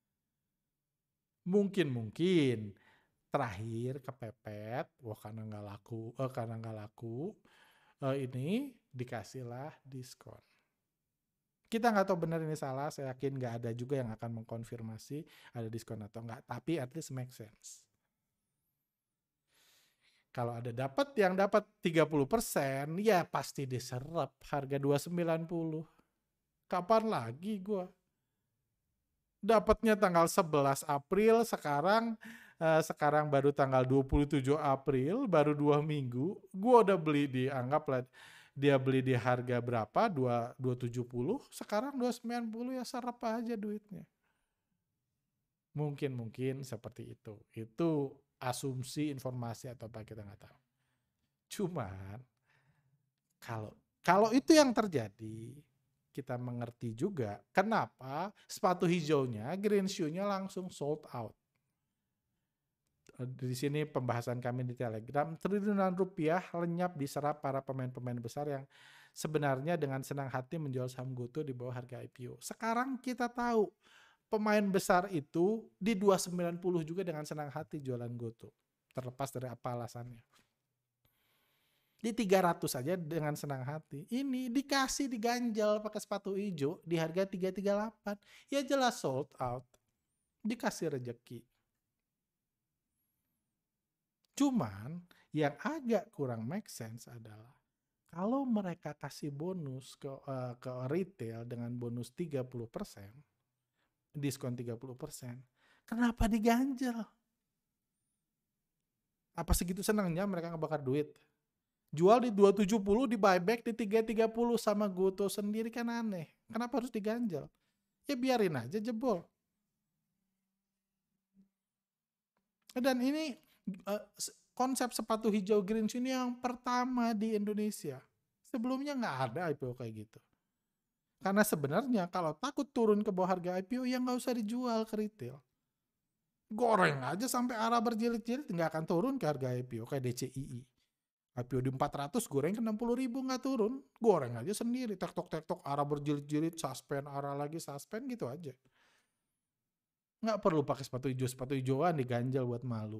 Mungkin-mungkin terakhir kepepet, wah karena nggak laku, eh, karena nggak laku, eh, ini dikasihlah diskon. Kita nggak tahu benar ini salah, saya yakin nggak ada juga yang akan mengkonfirmasi ada diskon atau nggak, tapi at least make sense. Kalau ada dapat yang dapat tiga puluh persen, ya pasti diserap harga dua ratus sembilan puluh. Kapan lagi gue? Dapatnya tanggal sebelas April, sekarang eh, sekarang baru tanggal dua puluh tujuh April, baru dua minggu, gue udah beli di, anggaplah dia beli di harga berapa, dua ratus tujuh puluh, sekarang dua ratus sembilan puluh, ya serap aja duitnya. Mungkin-mungkin seperti itu. Itu asumsi, informasi atau apa kita nggak tahu. Cuman kalau kalau itu yang terjadi, kita mengerti juga kenapa sepatu hijaunya, green shoe-nya langsung sold out. Di sini pembahasan kami di Telegram, triliunan rupiah lenyap diserap para pemain-pemain besar yang sebenarnya dengan senang hati menjual saham GoTo di bawah harga I P O. Sekarang kita tahu pemain besar itu di dua ratus sembilan puluh juga dengan senang hati jualan GoTo. Terlepas dari apa alasannya. Di tiga ratus aja dengan senang hati. Ini dikasih diganjal pakai sepatu hijau di harga tiga ratus tiga puluh delapan. Ya jelas sold out. Dikasih rejeki. Cuman yang agak kurang make sense adalah kalau mereka kasih bonus ke uh, ke retail dengan bonus tiga puluh persen, diskon tiga puluh persen, kenapa diganjel? Apa segitu senangnya mereka ngebakar duit? Jual di dua ratus tujuh puluh, di buyback di tiga ratus tiga puluh sama GoTo sendiri, kan aneh. Kenapa harus diganjel? Ya biarin aja jebol. Dan ini uh, konsep sepatu hijau green shoe ini yang pertama di Indonesia. Sebelumnya nggak ada I P O kayak gitu. Karena sebenarnya kalau takut turun ke bawah harga I P O, ya nggak usah dijual ke retail. Goreng aja sampai arah berjilid-jilid, nggak akan turun ke harga I P O kayak D C I I. I P O di empat ratus, goreng ke enam puluh ribu nggak turun. Goreng aja sendiri, tektok-tektok arah berjilid-jilid, suspend, arah lagi suspend gitu aja. Nggak perlu pakai sepatu hijau, sepatu hijauan diganjal buat malu.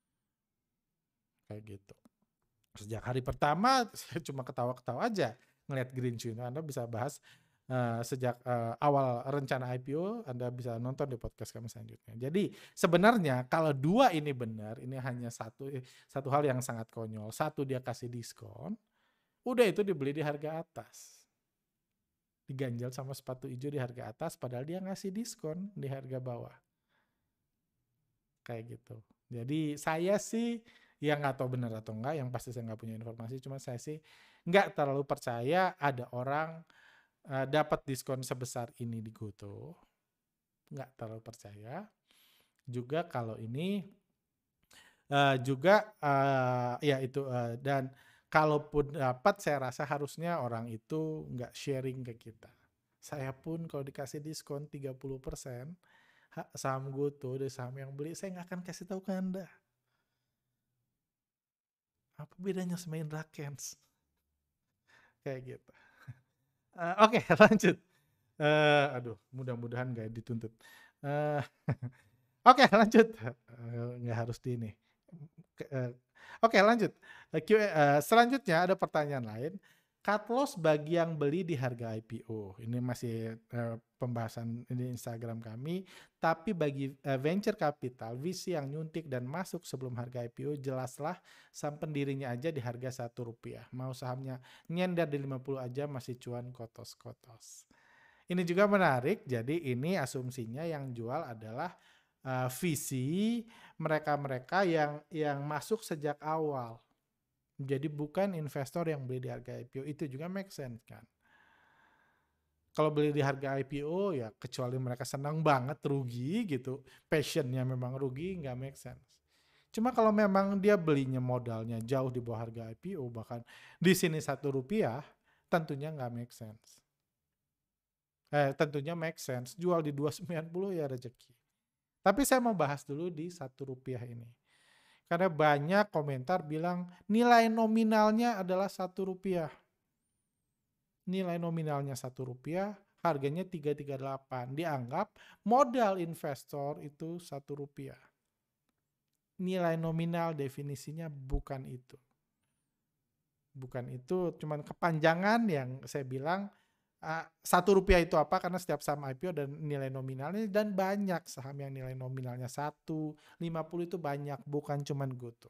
Kayak gitu. Sejak hari pertama, saya cuma ketawa-ketawa aja ngeliat green shoe. Anda bisa bahas Uh, sejak uh, awal rencana I P O, Anda bisa nonton di podcast kami selanjutnya. Jadi sebenarnya kalau dua ini benar, ini hanya satu satu hal yang sangat konyol. Satu, dia kasih diskon, udah itu dibeli di harga atas. Diganjal sama sepatu hijau di harga atas, padahal dia ngasih diskon di harga bawah. Kayak gitu. Jadi saya sih, ya nggak tahu benar atau enggak, yang pasti saya nggak punya informasi, cuma saya sih nggak terlalu percaya ada orang Uh, dapat diskon sebesar ini di Goto, nggak terlalu percaya. Juga kalau ini uh, juga uh, ya itu uh, dan kalaupun dapat, saya rasa harusnya orang itu nggak sharing ke kita. Saya pun kalau dikasih diskon tiga puluh persen saham Goto dari saham yang beli, saya nggak akan kasih tahu ke Anda. Apa bedanya sama Indra Kents? Kayak gitu. Uh, Oke, okay, lanjut. Uh, aduh, mudah-mudahan gak dituntut. Uh, Oke, okay, lanjut. Uh, nggak harus di ini. Uh, Oke, okay, lanjut. Uh, Q, uh, selanjutnya ada pertanyaan lain. Cut loss bagi yang beli di harga I P O. Ini masih uh, pembahasan di Instagram kami. Tapi bagi uh, venture capital, V C yang nyuntik dan masuk sebelum harga I P O, jelaslah saham pendirinya aja di harga satu rupiah. Mau sahamnya nyender di lima puluh aja masih cuan kotos-kotos. Ini juga menarik, jadi ini asumsinya yang jual adalah uh, V C, mereka-mereka yang yang masuk sejak awal. Jadi bukan investor yang beli di harga I P O, itu juga make sense kan. Kalau beli di harga I P O ya kecuali mereka senang banget rugi gitu, passionnya memang rugi, nggak make sense. Cuma kalau memang dia belinya modalnya jauh di bawah harga I P O, bahkan di sini satu rupiah, tentunya nggak make sense. Eh, tentunya make sense. Jual di dua sembilan puluh ya rezeki. Tapi saya mau bahas dulu di satu rupiah ini. Karena banyak komentar bilang nilai nominalnya adalah satu rupiah. Nilai nominalnya satu rupiah, harganya tiga tiga delapan. Dianggap modal investor itu satu rupiah. Nilai nominal definisinya bukan itu. Bukan itu, cuman kepanjangan yang saya bilang. Uh, satu rupiah itu apa? Karena setiap saham I P O dan nilai nominalnya, dan banyak saham yang nilai nominalnya satu, lima puluh itu banyak, bukan cuman Goto.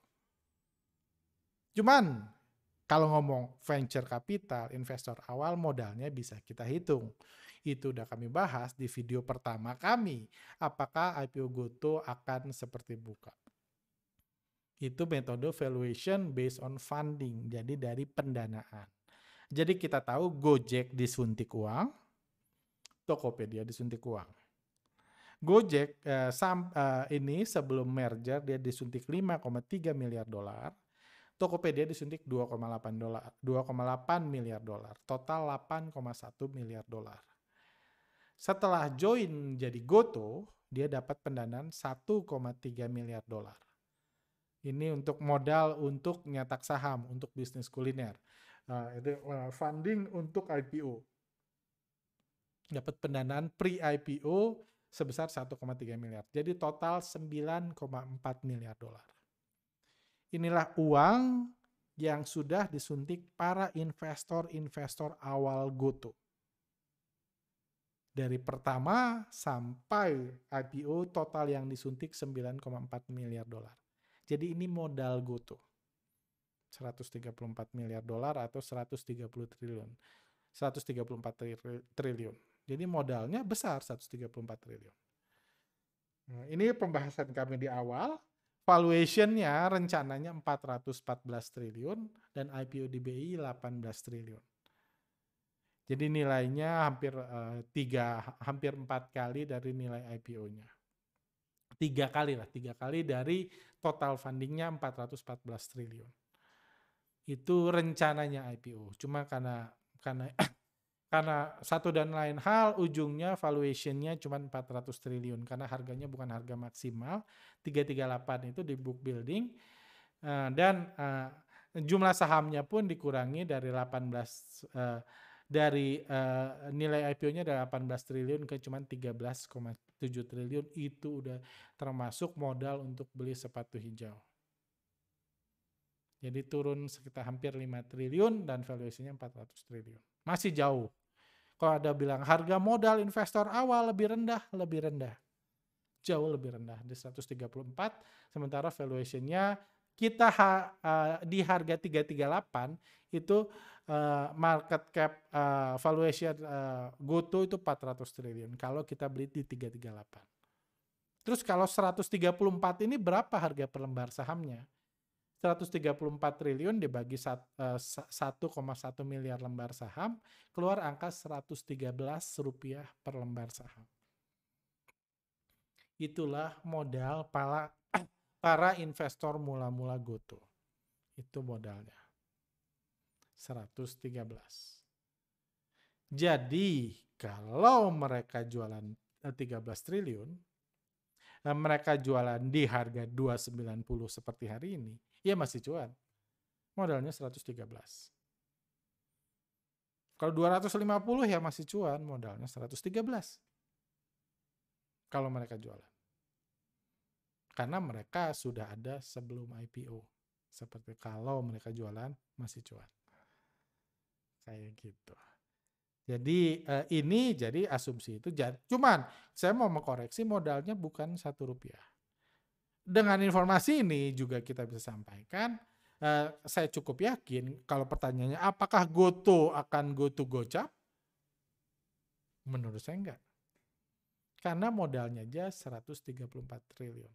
Cuman kalau ngomong venture capital, investor awal, modalnya bisa kita hitung. Itu udah kami bahas di video pertama kami. Apakah I P O Goto akan seperti buka? Itu metode valuation based on funding, jadi dari pendanaan. Jadi kita tahu Gojek disuntik uang, Tokopedia disuntik uang. Gojek eh, sam, eh, ini sebelum merger dia disuntik lima koma tiga miliar dolar, Tokopedia disuntik dua koma delapan dolar, dua koma delapan miliar dolar, total delapan koma satu miliar dolar. Setelah join jadi Goto, dia dapat pendanaan satu koma tiga miliar dolar. Ini untuk modal untuk nyetak saham, untuk bisnis kuliner. Uh, itu uh, funding untuk I P O. Dapat pendanaan pre-I P O sebesar satu koma tiga miliar. Jadi total sembilan koma empat miliar dolar. Inilah uang yang sudah disuntik para investor-investor awal Goto. Dari pertama sampai I P O total yang disuntik sembilan koma empat miliar dolar. Jadi ini modal Goto. seratus tiga puluh empat miliar dolar atau seratus tiga puluh triliun. seratus tiga puluh empat triliun. Jadi modalnya besar, seratus tiga puluh empat triliun. Nah, ini pembahasan kami di awal. Valuation-nya rencananya empat ratus empat belas triliun dan I P O di B I delapan belas triliun. Jadi nilainya hampir uh, tiga, hampir empat kali dari nilai I P O-nya. Tiga kali lah, tiga kali dari total fundingnya empat ratus empat belas triliun. Itu rencananya I P O. Cuma karena karena karena satu dan lain hal, ujungnya valuation-nya cuma empat ratus triliun karena harganya bukan harga maksimal. tiga ratus tiga puluh delapan itu di book building uh, dan uh, jumlah sahamnya pun dikurangi dari delapan belas uh, dari uh, nilai I P O-nya dari delapan belas triliun ke cuma tiga belas koma tujuh triliun. Itu udah termasuk modal untuk beli sepatu hijau. Jadi turun sekitar hampir lima triliun dan valuasinya empat ratus triliun. Masih jauh. Kalau ada bilang harga modal investor awal lebih rendah, lebih rendah. Jauh lebih rendah di seratus tiga puluh empat, sementara valuation-nya kita ha, uh, di harga tiga ratus tiga puluh delapan itu uh, market cap uh, valuation uh, GoTo itu empat ratus triliun kalau kita beli di tiga ratus tiga puluh delapan. Terus kalau seratus tiga puluh empat ini berapa harga per lembar sahamnya? seratus tiga puluh empat triliun dibagi satu koma satu miliar lembar saham, keluar angka seratus tiga belas rupiah per lembar saham. Itulah modal para, para investor mula-mula GoTo. Itu modalnya. seratus tiga belas. Jadi, kalau mereka jualan tiga belas triliun, mereka jualan di harga dua ratus sembilan puluh seperti hari ini, ya masih cuan. Modalnya seratus tiga belas. Kalau dua ratus lima puluh ya masih cuan, modalnya seratus tiga belas. Kalau mereka jualan. Karena mereka sudah ada sebelum I P O. Seperti kalau mereka jualan masih cuan. Kayak gitu. Jadi eh, ini jadi asumsi itu. Cuman saya mau mengkoreksi modalnya bukan satu rupiah. Dengan informasi ini juga kita bisa sampaikan, eh, saya cukup yakin kalau pertanyaannya apakah GoTo akan go to gocap? Menurut saya enggak. Karena modalnya aja seratus tiga puluh empat triliun.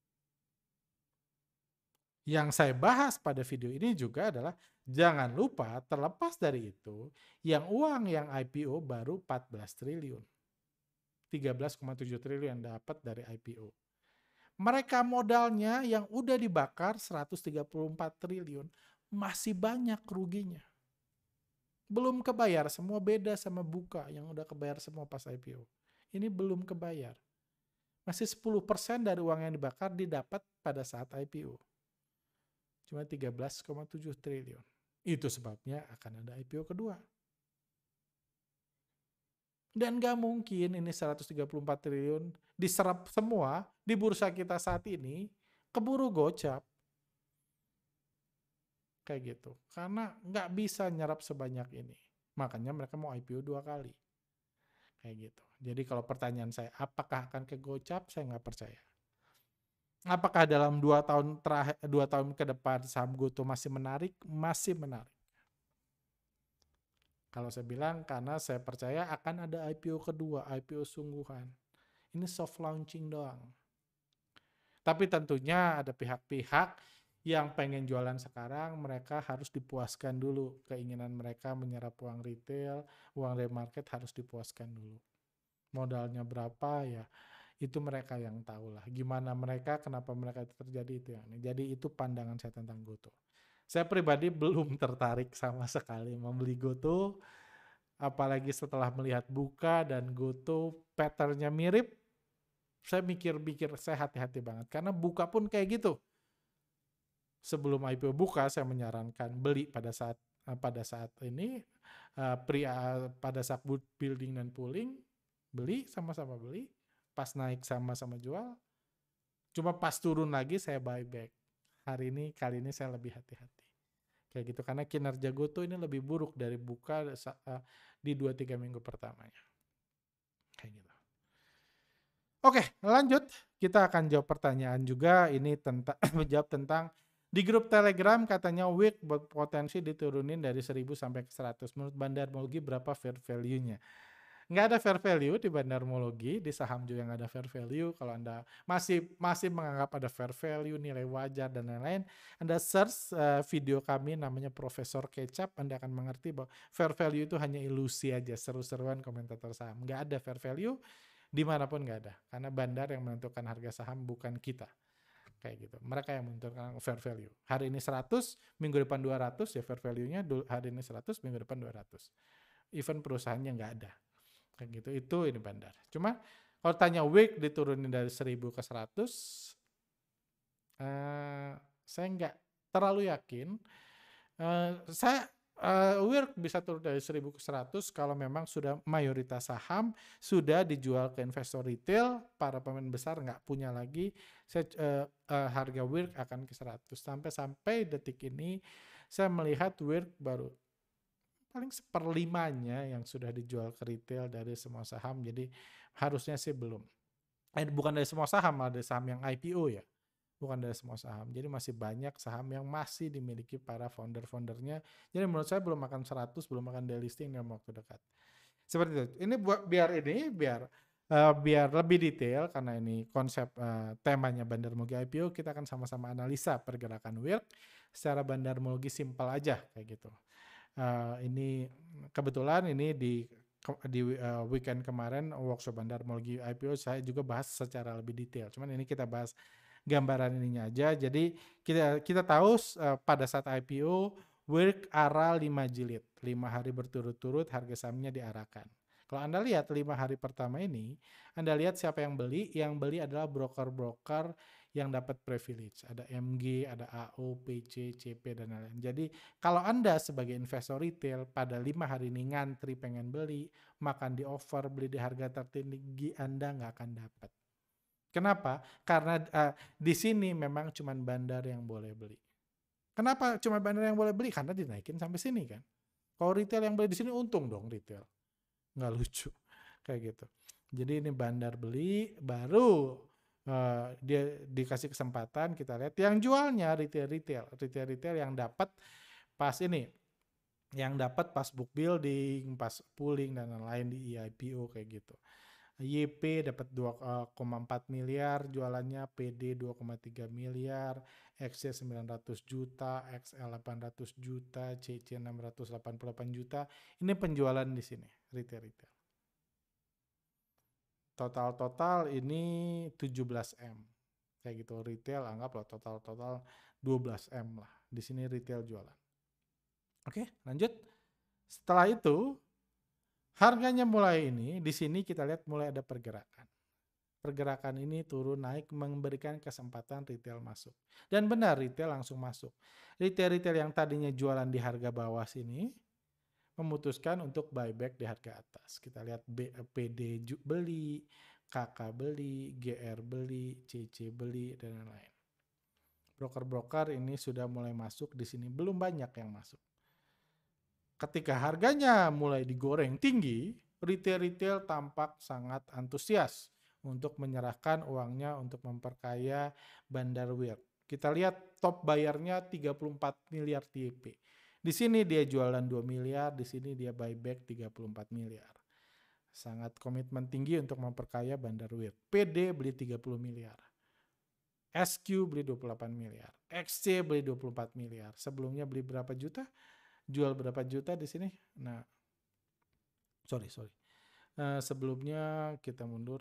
Yang saya bahas pada video ini juga adalah jangan lupa terlepas dari itu, yang uang yang I P O baru empat belas triliun. tiga belas koma tujuh triliun yang dapat dari I P O. Mereka modalnya yang udah dibakar seratus tiga puluh empat triliun, masih banyak ruginya. Belum kebayar, semua beda sama Buka yang udah kebayar semua pas I P O. Ini belum kebayar. Masih sepuluh persen dari uang yang dibakar didapat pada saat I P O. Cuma tiga belas koma tujuh triliun. Itu sebabnya akan ada I P O kedua. Dan gak mungkin ini seratus tiga puluh empat triliun diserap semua di bursa kita saat ini, keburu gocap. Kayak gitu. Karena gak bisa nyerap sebanyak ini. Makanya mereka mau I P O dua kali. Kayak gitu. Jadi kalau pertanyaan saya, apakah akan ke gocap? Saya gak percaya. Apakah dalam dua tahun terakhir, dua tahun ke depan saham GoTo masih menarik? Masih menarik. Kalau saya bilang karena saya percaya akan ada I P O kedua, I P O sungguhan. Ini soft launching doang. Tapi tentunya ada pihak-pihak yang pengen jualan sekarang, mereka harus dipuaskan dulu. Keinginan mereka menyerap uang retail, uang dari market harus dipuaskan dulu. Modalnya berapa ya? Itu mereka yang tahu lah. Gimana mereka, kenapa mereka itu terjadi itu yang ini. Jadi itu pandangan saya tentang GoTo. Saya pribadi belum tertarik sama sekali membeli GoTo. Apalagi setelah melihat Buka dan GoTo pattern-nya mirip. Saya mikir-mikir, saya hati-hati banget. Karena Buka pun kayak gitu. Sebelum I P O Buka, saya menyarankan beli pada saat pada saat ini, pria pada saat building dan pooling, beli, sama-sama beli. Pas naik sama-sama jual, cuma pas turun lagi saya buy back. Hari ini, kali ini saya lebih hati-hati. Kayak gitu, karena kinerja GoTo ini lebih buruk dari Buka di dua tiga minggu pertamanya. Kayak gitu. Oke, lanjut. Kita akan jawab pertanyaan juga. Ini tentang menjawab tentang di grup Telegram katanya W I C berpotensi diturunin dari seribu sampai ke seratus. Menurut Bandar Mogi berapa fair value-nya? Nggak ada fair value di bandarmologi, di saham juga nggak ada fair value. Kalau Anda masih masih menganggap ada fair value, nilai wajar dan lain-lain, Anda search uh, video kami namanya Profesor Kecap, Anda akan mengerti bahwa fair value itu hanya ilusi aja, seru-seruan komentator saham. Nggak ada fair value, dimanapun nggak ada. Karena bandar yang menentukan harga saham bukan kita. Kayak gitu. Mereka yang menentukan fair value. Hari ini seratus, minggu depan dua ratus, ya fair value-nya hari ini seratus, minggu depan dua ratus. Even perusahaannya nggak ada. Kayak gitu, itu ini bandar. Cuma kalau tanya week diturunin dari seribu ke seratus, uh, saya nggak terlalu yakin. Uh, saya uh, W I R K bisa turun dari seribu ke seratus kalau memang sudah mayoritas saham sudah dijual ke investor retail, para pemain besar nggak punya lagi, saya, uh, uh, harga W I R K akan ke seratus. Sampai-sampai detik ini saya melihat W I R K baru paling seperlimanya yang sudah dijual ke retail dari semua saham, jadi harusnya sih belum. Eh, bukan dari semua saham, ada saham yang I P O ya, bukan dari semua saham. Jadi masih banyak saham yang masih dimiliki para founder-foundernya. Jadi menurut saya belum akan seratus, belum akan delisting dalam waktu dekat. Seperti itu. Ini buat biar ini biar uh, biar lebih detail karena ini konsep uh, temanya bandarmologi I P O, kita akan sama-sama analisa pergerakan W I R K secara bandarmologi simpel aja kayak gitu. Uh, ini kebetulan ini di di uh, weekend kemarin workshop bandarmologi I P O saya juga bahas secara lebih detail. Cuman ini kita bahas gambaran ininya aja. Jadi kita kita tahu uh, pada saat I P O W I R K arah lima jilid, lima hari berturut-turut harga sahamnya diarahkan. Kalau Anda lihat lima hari pertama ini, Anda lihat siapa yang beli? Yang beli adalah broker-broker yang dapat privilege. Ada M G, ada A O, P C, C P, dan lain-lain. Jadi kalau Anda sebagai investor retail pada lima hari ini ngantri pengen beli, makan di offer, beli di harga tertinggi, Anda nggak akan dapat. Kenapa? Karena uh, di sini memang cuma bandar yang boleh beli. Kenapa cuma bandar yang boleh beli? Karena dinaikin sampai sini kan. Kalau retail yang beli di sini untung dong retail. Nggak lucu kayak gitu. Jadi ini bandar beli, baru uh, dia dikasih kesempatan, kita lihat yang jualnya retail-retail, retail-retail yang dapat pas ini, yang dapat pas book building, pas pooling dan lain-lain di I P O kayak gitu. Y P dapat dua koma empat miliar jualannya, P D dua koma tiga miliar, X C sembilan ratus juta, X L delapan ratus juta, C C enam ratus delapan puluh delapan juta. Ini penjualan di sini, retail-retail. Total-total ini tujuh belas M. Kayak gitu, retail anggaplah total-total dua belas M lah. Di sini retail jualan. Oke, lanjut. Setelah itu, harganya mulai ini, di sini kita lihat mulai ada pergerakan. Pergerakan ini turun naik memberikan kesempatan retail masuk. Dan benar, retail langsung masuk. Retail-retail yang tadinya jualan di harga bawah sini, memutuskan untuk buyback di harga atas. Kita lihat B, P D beli, K K beli, G R beli, C C beli, dan lain-lain. Broker-broker ini sudah mulai masuk di sini, belum banyak yang masuk. Ketika harganya mulai digoreng tinggi, retail-retail tampak sangat antusias untuk menyerahkan uangnya untuk memperkaya bandar W I R K. Kita lihat top bayarnya tiga puluh empat miliar T P. Di sini dia jualan dua miliar, di sini dia buyback tiga puluh empat miliar. Sangat komitmen tinggi untuk memperkaya bandar W I R K. P D beli tiga puluh miliar. S Q beli dua puluh delapan miliar. X C beli dua puluh empat miliar. Sebelumnya beli berapa juta? Jual berapa juta di sini? Nah, sorry, sorry. Uh, sebelumnya kita mundur.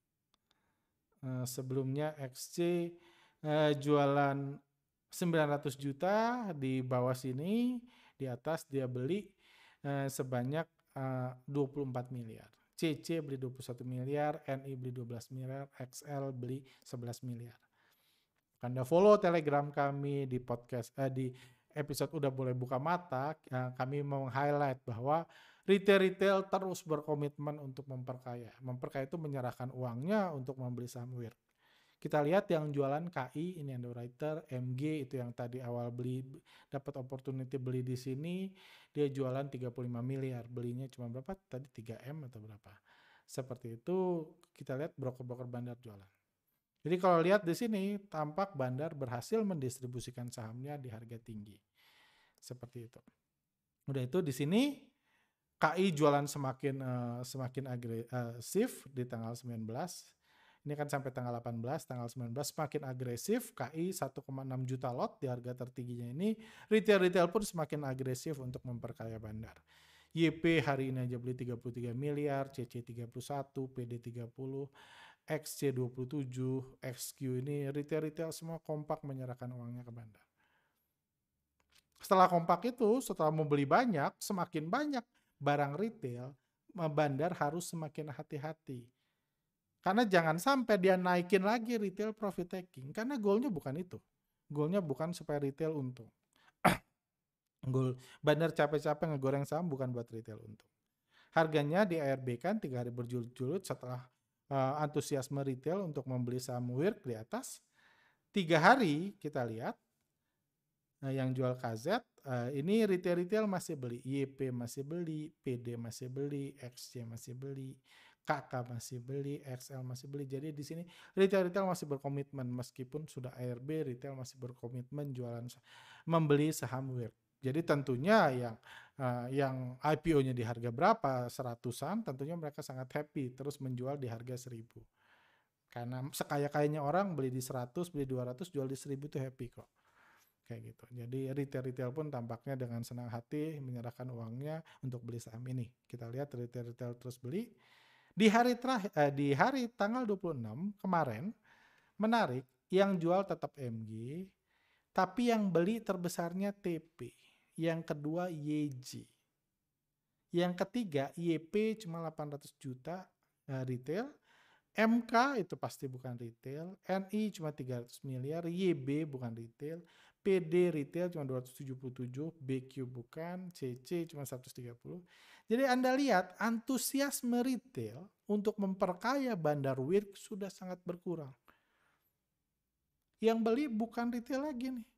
Uh, sebelumnya X C uh, jualan sembilan ratus juta, di bawah sini, di atas dia beli uh, sebanyak uh, dua puluh empat miliar. C C beli dua puluh satu miliar, N I beli dua belas miliar, X L beli sebelas miliar. Anda follow Telegram kami di podcast, eh, di episode udah boleh buka mata, uh, kami mau highlight bahwa retail-retail terus berkomitmen untuk memperkaya. Memperkaya itu menyerahkan uangnya untuk membeli saham W I R K. Kita lihat yang jualan K I, ini underwriter, M G itu yang tadi awal beli, dapat opportunity beli di sini, dia jualan tiga puluh lima miliar, belinya cuma berapa? Tadi tiga M atau berapa? Seperti itu, kita lihat broker-broker bandar jualan. Jadi kalau lihat di sini, tampak bandar berhasil mendistribusikan sahamnya di harga tinggi. Seperti itu. Udah itu di sini, K I jualan semakin uh, semakin agresif di tanggal sembilan belas. Ini kan sampai tanggal delapan belas, tanggal sembilan belas semakin agresif. K I satu koma enam juta lot di harga tertingginya ini. Retail-retail pun semakin agresif untuk memperkaya bandar. Y P hari ini aja beli tiga puluh tiga miliar, C C tiga puluh satu, P D tiga puluh, X C dua puluh tujuh, X Q ini retail-retail semua kompak menyerahkan uangnya ke bandar. Setelah kompak itu, setelah membeli banyak, semakin banyak barang retail, bandar harus semakin hati-hati. Karena jangan sampai dia naikin lagi retail profit taking, karena goalnya bukan itu. Goalnya bukan supaya retail untung. Goal bandar capek-capek ngegoreng saham bukan buat retail untung. Harganya di A R B kan tiga hari berjulur-julur setelah uh, antusiasme retail untuk membeli saham W I R K di atas. Tiga hari kita lihat, Nah, yang jual K Z, uh, ini retail-retail masih beli, Y P masih beli, P D masih beli, X C masih beli, K K masih beli, X L masih beli. Jadi di sini retail-retail masih berkomitmen meskipun sudah A R B, retail masih berkomitmen jualan membeli saham W I R K. Jadi tentunya yang uh, yang I P O-nya di harga berapa, seratusan, tentunya mereka sangat happy terus menjual di harga seribu. Karena sekaya-kayanya orang beli di seratus, beli dua ratus, jual di seribu itu happy kok. Kayak gitu. Jadi retail-retail pun tampaknya dengan senang hati menyerahkan uangnya untuk beli saham ini. Kita lihat retail-retail terus beli. Di hari terakhir, eh, di hari tanggal dua puluh enam kemarin, menarik, yang jual tetap M G, tapi yang beli terbesarnya T P. Yang kedua Y J. Yang ketiga Y P cuma delapan ratus juta eh, retail. M K itu pasti bukan retail. N I cuma tiga ratus miliar. Y B bukan retail. P D retail cuma dua ratus tujuh puluh tujuh, B Q bukan, C C cuma seratus tiga puluh. Jadi Anda lihat antusiasme retail untuk memperkaya bandar W I R K sudah sangat berkurang. Yang beli bukan retail lagi nih.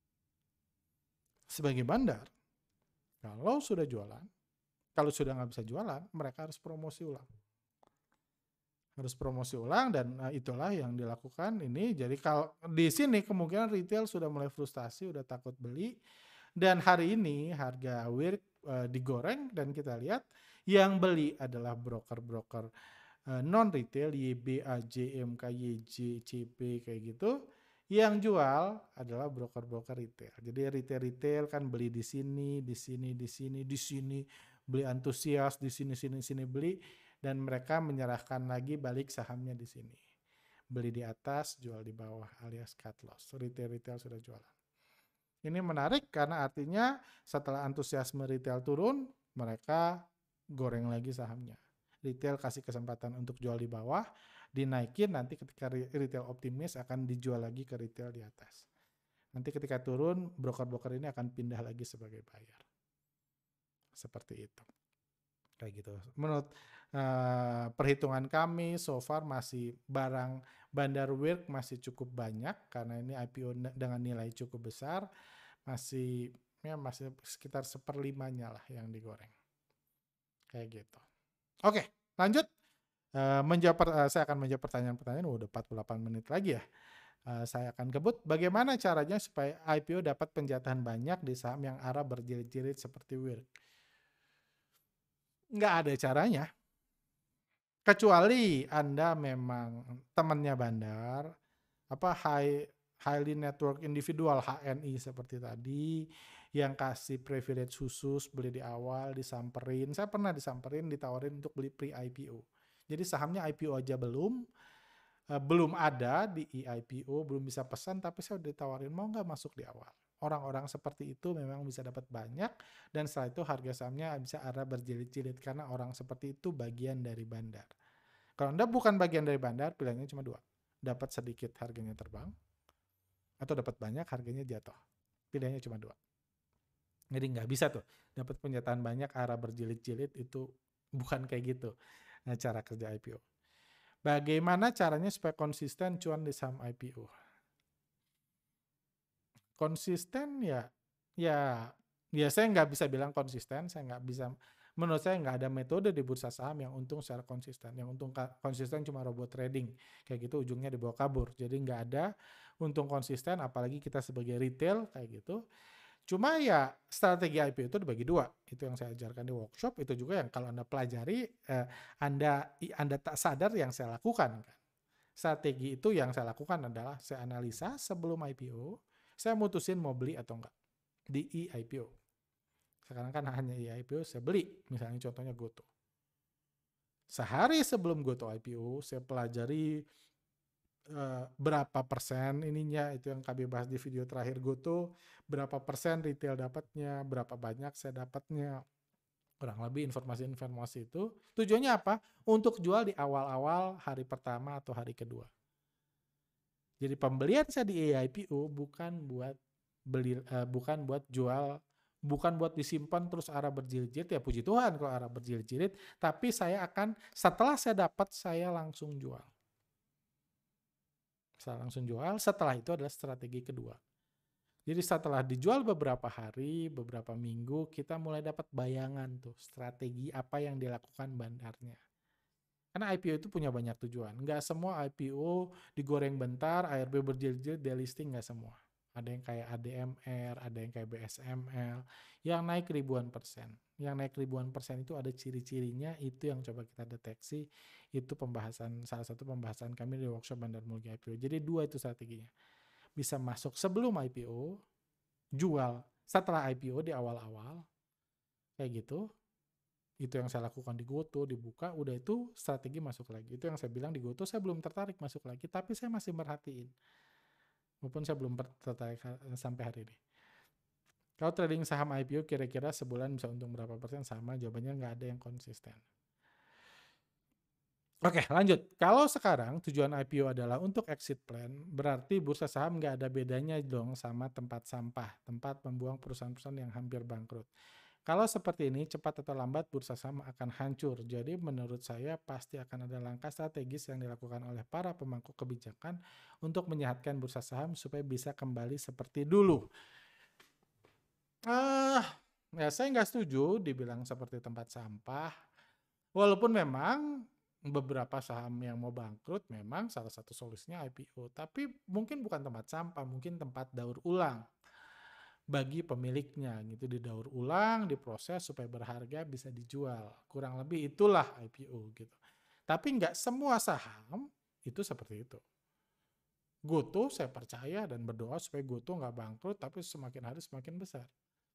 Sebagai bandar, kalau sudah jualan, kalau sudah nggak bisa jualan, mereka harus promosi ulang. Harus promosi ulang dan uh, itulah yang dilakukan ini. Jadi kalau di sini kemungkinan retail sudah mulai frustasi, udah takut beli. Dan hari ini harga W I R K uh, digoreng dan kita lihat yang beli adalah broker-broker uh, non-retail, Y B, A J, M K, Y J, C P kayak gitu. Yang jual adalah broker-broker retail. Jadi retail-retail kan beli di sini, di sini, di sini, di sini, beli antusias, di sini, sini, sini beli. Dan mereka menyerahkan lagi balik sahamnya di sini. Beli di atas, jual di bawah alias cut loss. Retail-retail sudah jualan. Ini menarik karena artinya setelah antusiasme retail turun, mereka goreng lagi sahamnya. Retail kasih kesempatan untuk jual di bawah, dinaikin nanti ketika retail optimis akan dijual lagi ke retail di atas. Nanti ketika turun, broker-broker ini akan pindah lagi sebagai buyer. Seperti itu. Kayak gitu. Menurut uh, perhitungan kami, so far masih barang bandar W I R K masih cukup banyak karena ini I P O dengan nilai cukup besar, masih ya masih sekitar seperlimanya lah yang digoreng. Kayak gitu. Oke, lanjut. Uh, menjawab, uh, saya akan menjawab pertanyaan-pertanyaan. Oh, udah empat puluh delapan menit lagi ya. Uh, saya akan kebut. Bagaimana caranya supaya I P O dapat penjatahan banyak di saham yang arah berjilid-jilid seperti W I R K? Nggak ada caranya. Kecuali Anda memang temannya bandar, apa high, highly network individual, H N I seperti tadi, yang kasih privilege khusus, beli di awal, disamperin. Saya pernah disamperin, ditawarin untuk beli pre-I P O. Jadi sahamnya I P O aja belum, uh, belum ada di I P O, belum bisa pesan, tapi saya udah ditawarin, mau nggak masuk di awal? Orang-orang seperti itu memang bisa dapat banyak dan setelah itu harga sahamnya bisa arah berjilid-jilid karena orang seperti itu bagian dari bandar. Kalau Anda bukan bagian dari bandar, pilihannya cuma dua. Dapat sedikit harganya terbang atau dapat banyak harganya jatuh. Pilihannya cuma dua. Jadi nggak bisa tuh dapat penyataan banyak arah berjilid-jilid, itu bukan kayak gitu nah, cara kerja I P O. Bagaimana caranya supaya konsisten cuan di saham I P O? Konsisten ya, ya, ya saya nggak bisa bilang konsisten, saya nggak bisa, menurut saya nggak ada metode di bursa saham yang untung secara konsisten. Yang untung konsisten cuma robot trading, kayak gitu ujungnya dibawa kabur. Jadi nggak ada untung konsisten, apalagi kita sebagai retail kayak gitu. Cuma ya strategi I P O itu dibagi dua. Itu yang saya ajarkan di workshop, itu juga yang kalau Anda pelajari, eh, Anda Anda tak sadar yang saya lakukan. Kan? Strategi itu yang saya lakukan adalah saya analisa sebelum I P O, saya mutusin mau beli atau enggak di e-I P O. Sekarang kan hanya e-I P O saya beli, misalnya contohnya Goto. Sehari sebelum Goto I P O, saya pelajari uh, berapa persen ininya, itu yang kami bahas di video terakhir Goto, berapa persen retail dapatnya, berapa banyak saya dapatnya, kurang lebih informasi-informasi itu. Tujuannya apa? Untuk jual di awal-awal hari pertama atau hari kedua. Jadi pembelian saya di e-I P O bukan buat beli, uh, bukan buat jual, bukan buat disimpan terus arah berjilid-jilid, ya puji Tuhan kalau arah berjilid-jilid, tapi saya akan, setelah saya dapat, saya langsung jual. Saya langsung jual, setelah itu adalah strategi kedua. Jadi setelah dijual beberapa hari, beberapa minggu, kita mulai dapat bayangan tuh, strategi apa yang dilakukan bandarnya. Karena I P O itu punya banyak tujuan. Nggak semua I P O digoreng bentar, A R B berjilid-jilid, delisting, nggak semua. Ada yang kayak A D M R, ada yang kayak B S M L, yang naik ribuan persen. Yang naik ribuan persen itu ada ciri-cirinya, itu yang coba kita deteksi. Itu pembahasan, salah satu pembahasan kami di workshop Bandar Mulia I P O. Jadi dua itu strateginya. Bisa masuk sebelum I P O, jual setelah I P O di awal-awal, kayak gitu. Itu yang saya lakukan di Goto, dibuka, udah itu strategi masuk lagi. Itu yang saya bilang di Goto, saya belum tertarik masuk lagi, tapi saya masih merhatiin. Walaupun saya belum tertarik sampai hari ini. Kalau trading saham I P O kira-kira sebulan bisa untung berapa persen? Sama, jawabannya nggak ada yang konsisten. Oke, lanjut. Kalau sekarang tujuan I P O adalah untuk exit plan, berarti bursa saham nggak ada bedanya dong sama tempat sampah, tempat membuang perusahaan-perusahaan yang hampir bangkrut. Kalau seperti ini, cepat atau lambat bursa saham akan hancur. Jadi menurut saya pasti akan ada langkah strategis yang dilakukan oleh para pemangku kebijakan untuk menyehatkan bursa saham supaya bisa kembali seperti dulu. Ah, ya saya nggak setuju dibilang seperti tempat sampah. Walaupun memang beberapa saham yang mau bangkrut memang salah satu solusinya I P O. Tapi mungkin bukan tempat sampah, mungkin tempat daur ulang bagi pemiliknya gitu, didaur ulang, diproses supaya berharga bisa dijual. Kurang lebih itulah I P O gitu. Tapi nggak semua saham itu seperti itu. Goto saya percaya dan berdoa supaya Goto nggak bangkrut, tapi semakin hari semakin besar.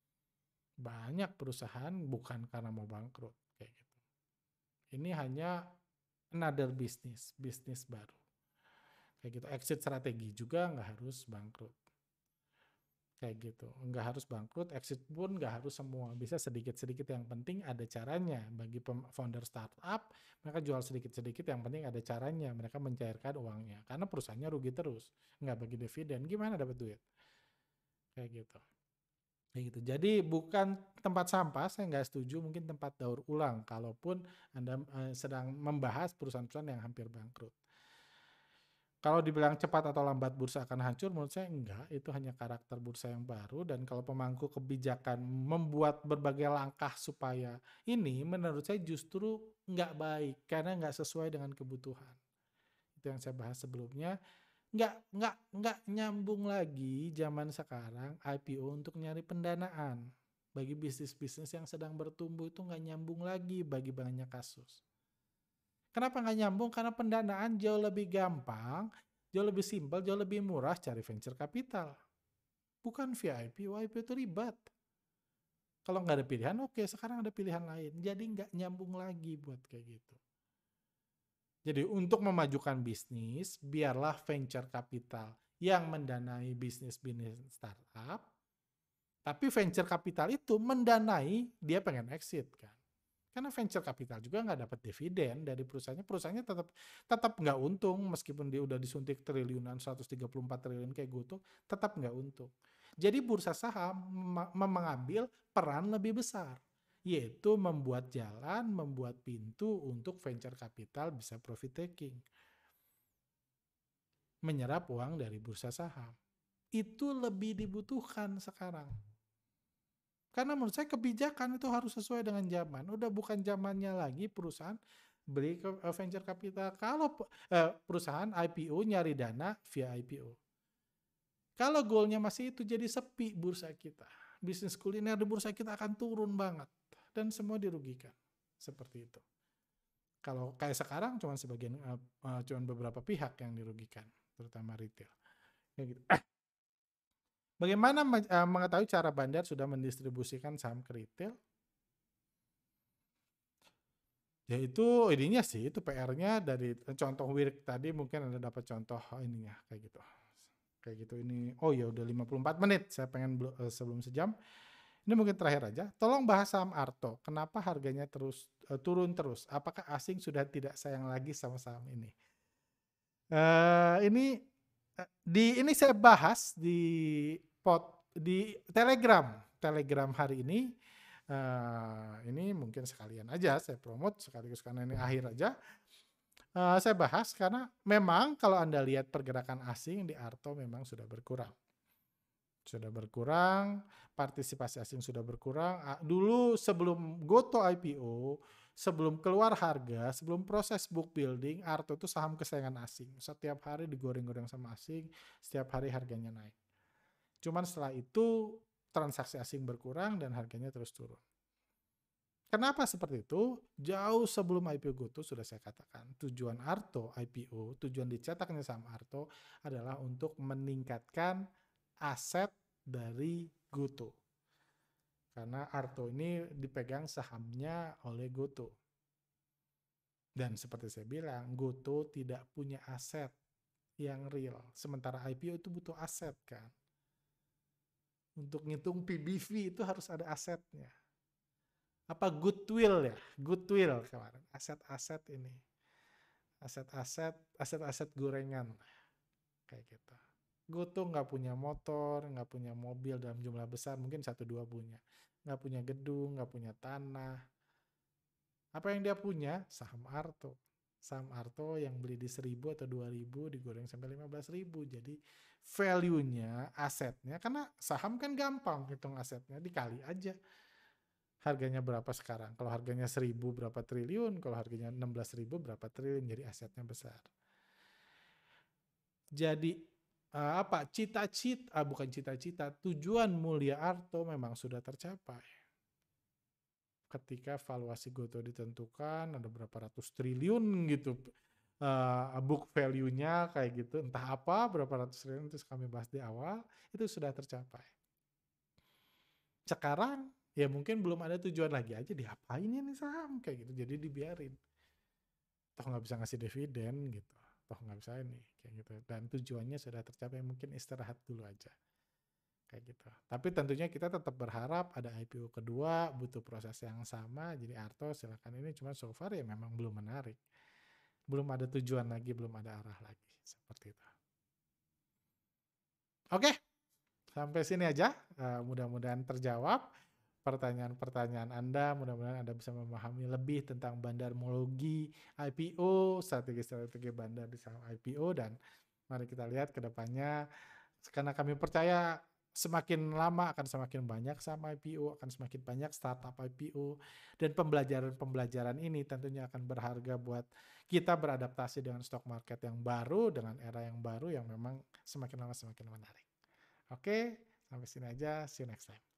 Banyak perusahaan bukan karena mau bangkrut kayak gitu. Ini hanya another business, bisnis baru. Kayak gitu. Exit strategi juga nggak harus bangkrut. Kayak gitu, nggak harus bangkrut, exit pun nggak harus semua, bisa sedikit-sedikit, yang penting ada caranya. Bagi founder startup, mereka jual sedikit-sedikit, yang penting ada caranya, mereka mencairkan uangnya, karena perusahaannya rugi terus, nggak bagi dividen, gimana dapat duit? Kayak gitu. Kayak gitu. Jadi bukan tempat sampah, saya nggak setuju, mungkin tempat daur ulang, kalaupun Anda eh, sedang membahas perusahaan-perusahaan yang hampir bangkrut. Kalau dibilang cepat atau lambat bursa akan hancur, menurut saya enggak. Itu hanya karakter bursa yang baru, dan kalau pemangku kebijakan membuat berbagai langkah supaya ini, menurut saya justru enggak baik, karena enggak sesuai dengan kebutuhan. Itu yang saya bahas sebelumnya. Enggak, enggak, enggak nyambung lagi zaman sekarang I P O untuk nyari pendanaan. Bagi bisnis-bisnis yang sedang bertumbuh itu enggak nyambung lagi bagi banyak kasus. Kenapa nggak nyambung? Karena pendanaan jauh lebih gampang, jauh lebih simpel, jauh lebih murah cari venture capital. Bukan via I P O, I P O itu ribet. Kalau nggak ada pilihan, oke, sekarang ada pilihan lain. Jadi nggak nyambung lagi buat kayak gitu. Jadi untuk memajukan bisnis, biarlah venture capital yang mendanai bisnis-bisnis startup, tapi venture capital itu mendanai, dia pengen exit kan. Karena venture capital juga nggak dapat dividen dari perusahaannya, perusahaannya tetap tetap nggak untung meskipun dia udah disuntik triliunan, seratus tiga puluh empat triliun kayak Goto, tetap nggak untung. Jadi bursa saham mem- mengambil peran lebih besar, yaitu membuat jalan, membuat pintu untuk venture capital bisa profit taking, menyerap uang dari bursa saham. Itu lebih dibutuhkan sekarang. Karena menurut saya kebijakan itu harus sesuai dengan zaman. Udah bukan zamannya lagi perusahaan beli ke venture capital. Kalau eh, perusahaan I P O nyari dana via I P O. Kalau goalnya masih itu, jadi sepi bursa kita. bisnis kuliner di bursa kita akan turun banget. Dan semua dirugikan. Seperti itu. Kalau kayak sekarang cuma sebagian, uh, uh, cuma beberapa pihak yang dirugikan, terutama retail. Kayak gitu. Bagaimana uh, mengetahui cara bandar sudah mendistribusikan saham ke retail? Ya itu ininya sih, itu P R-nya dari contoh W I R K tadi mungkin Anda dapat contoh ininya kayak gitu. Kayak gitu ini. Oh ya udah lima puluh empat menit, saya pengen uh, sebelum sejam. Ini mungkin terakhir aja. Tolong bahas saham Arto. Kenapa harganya terus uh, turun terus? Apakah asing sudah tidak sayang lagi sama saham ini? Uh, ini uh, di ini saya bahas di pot di Telegram, Telegram hari ini. Uh, ini mungkin sekalian aja saya promote sekaligus karena ini akhir aja. Uh, saya bahas karena memang kalau Anda lihat pergerakan asing di Arto memang sudah berkurang. Sudah berkurang, partisipasi asing sudah berkurang. Dulu sebelum Goto I P O, sebelum keluar harga, sebelum proses book building, Arto itu saham kesayangan asing. Setiap hari digoreng-goreng sama asing, setiap hari harganya naik. Cuman setelah itu transaksi asing berkurang dan harganya terus turun. Kenapa seperti itu? Jauh sebelum I P O Goto sudah saya katakan, tujuan Arto I P O, tujuan dicetaknya saham Arto adalah untuk meningkatkan aset dari Goto. Karena Arto ini dipegang sahamnya oleh Goto. Dan seperti saya bilang, Goto tidak punya aset yang real. Sementara I P O itu butuh aset kan. Untuk ngitung P B V itu harus ada asetnya. Apa goodwill ya? Goodwill kemarin. Aset-aset ini. Aset-aset, aset-aset gorengan. Kayak gitu. Goto nggak punya motor, nggak punya mobil dalam jumlah besar, mungkin satu dua punya. Nggak punya gedung, nggak punya tanah. Apa yang dia punya? Saham Arto. Saham Arto yang beli di seribu atau dua ribu digoreng sampai lima belas ribu. Jadi value-nya, asetnya, karena saham kan gampang hitung asetnya, dikali aja. Harganya berapa sekarang? Kalau harganya seribu berapa triliun, kalau harganya enam belas ribu berapa triliun, jadi asetnya besar. Jadi uh, apa? Cita-cita, ah, bukan cita-cita, tujuan mulia Arto memang sudah tercapai. Ketika valuasi Goto ditentukan, ada berapa ratus triliun gitu, uh, book value-nya kayak gitu, entah apa, berapa ratus triliun, itu kami bahas di awal, itu sudah tercapai. Sekarang ya mungkin belum ada tujuan lagi aja, diapain ini saham kayak gitu, jadi dibiarin. Toh nggak bisa ngasih dividen gitu, toh nggak bisa ini kayak gitu. Dan tujuannya sudah tercapai, mungkin istirahat dulu aja kayak gitu. Tapi tentunya kita tetap berharap ada I P O kedua, butuh proses yang sama. Jadi Arto silakan ini, cuma so far ya memang belum menarik, belum ada tujuan lagi, belum ada arah lagi seperti itu. Oke, sampai sini aja. Uh, mudah-mudahan terjawab pertanyaan-pertanyaan Anda, mudah-mudahan Anda bisa memahami lebih tentang bandarmologi I P O, strategi-strategi bandar di saham I P O, dan mari kita lihat ke depannya, karena kami percaya semakin lama akan semakin banyak saham I P O, akan semakin banyak startup I P O, dan pembelajaran-pembelajaran ini tentunya akan berharga buat kita beradaptasi dengan stock market yang baru, dengan era yang baru yang memang semakin lama semakin menarik. Oke, sampai sini aja, see you next time.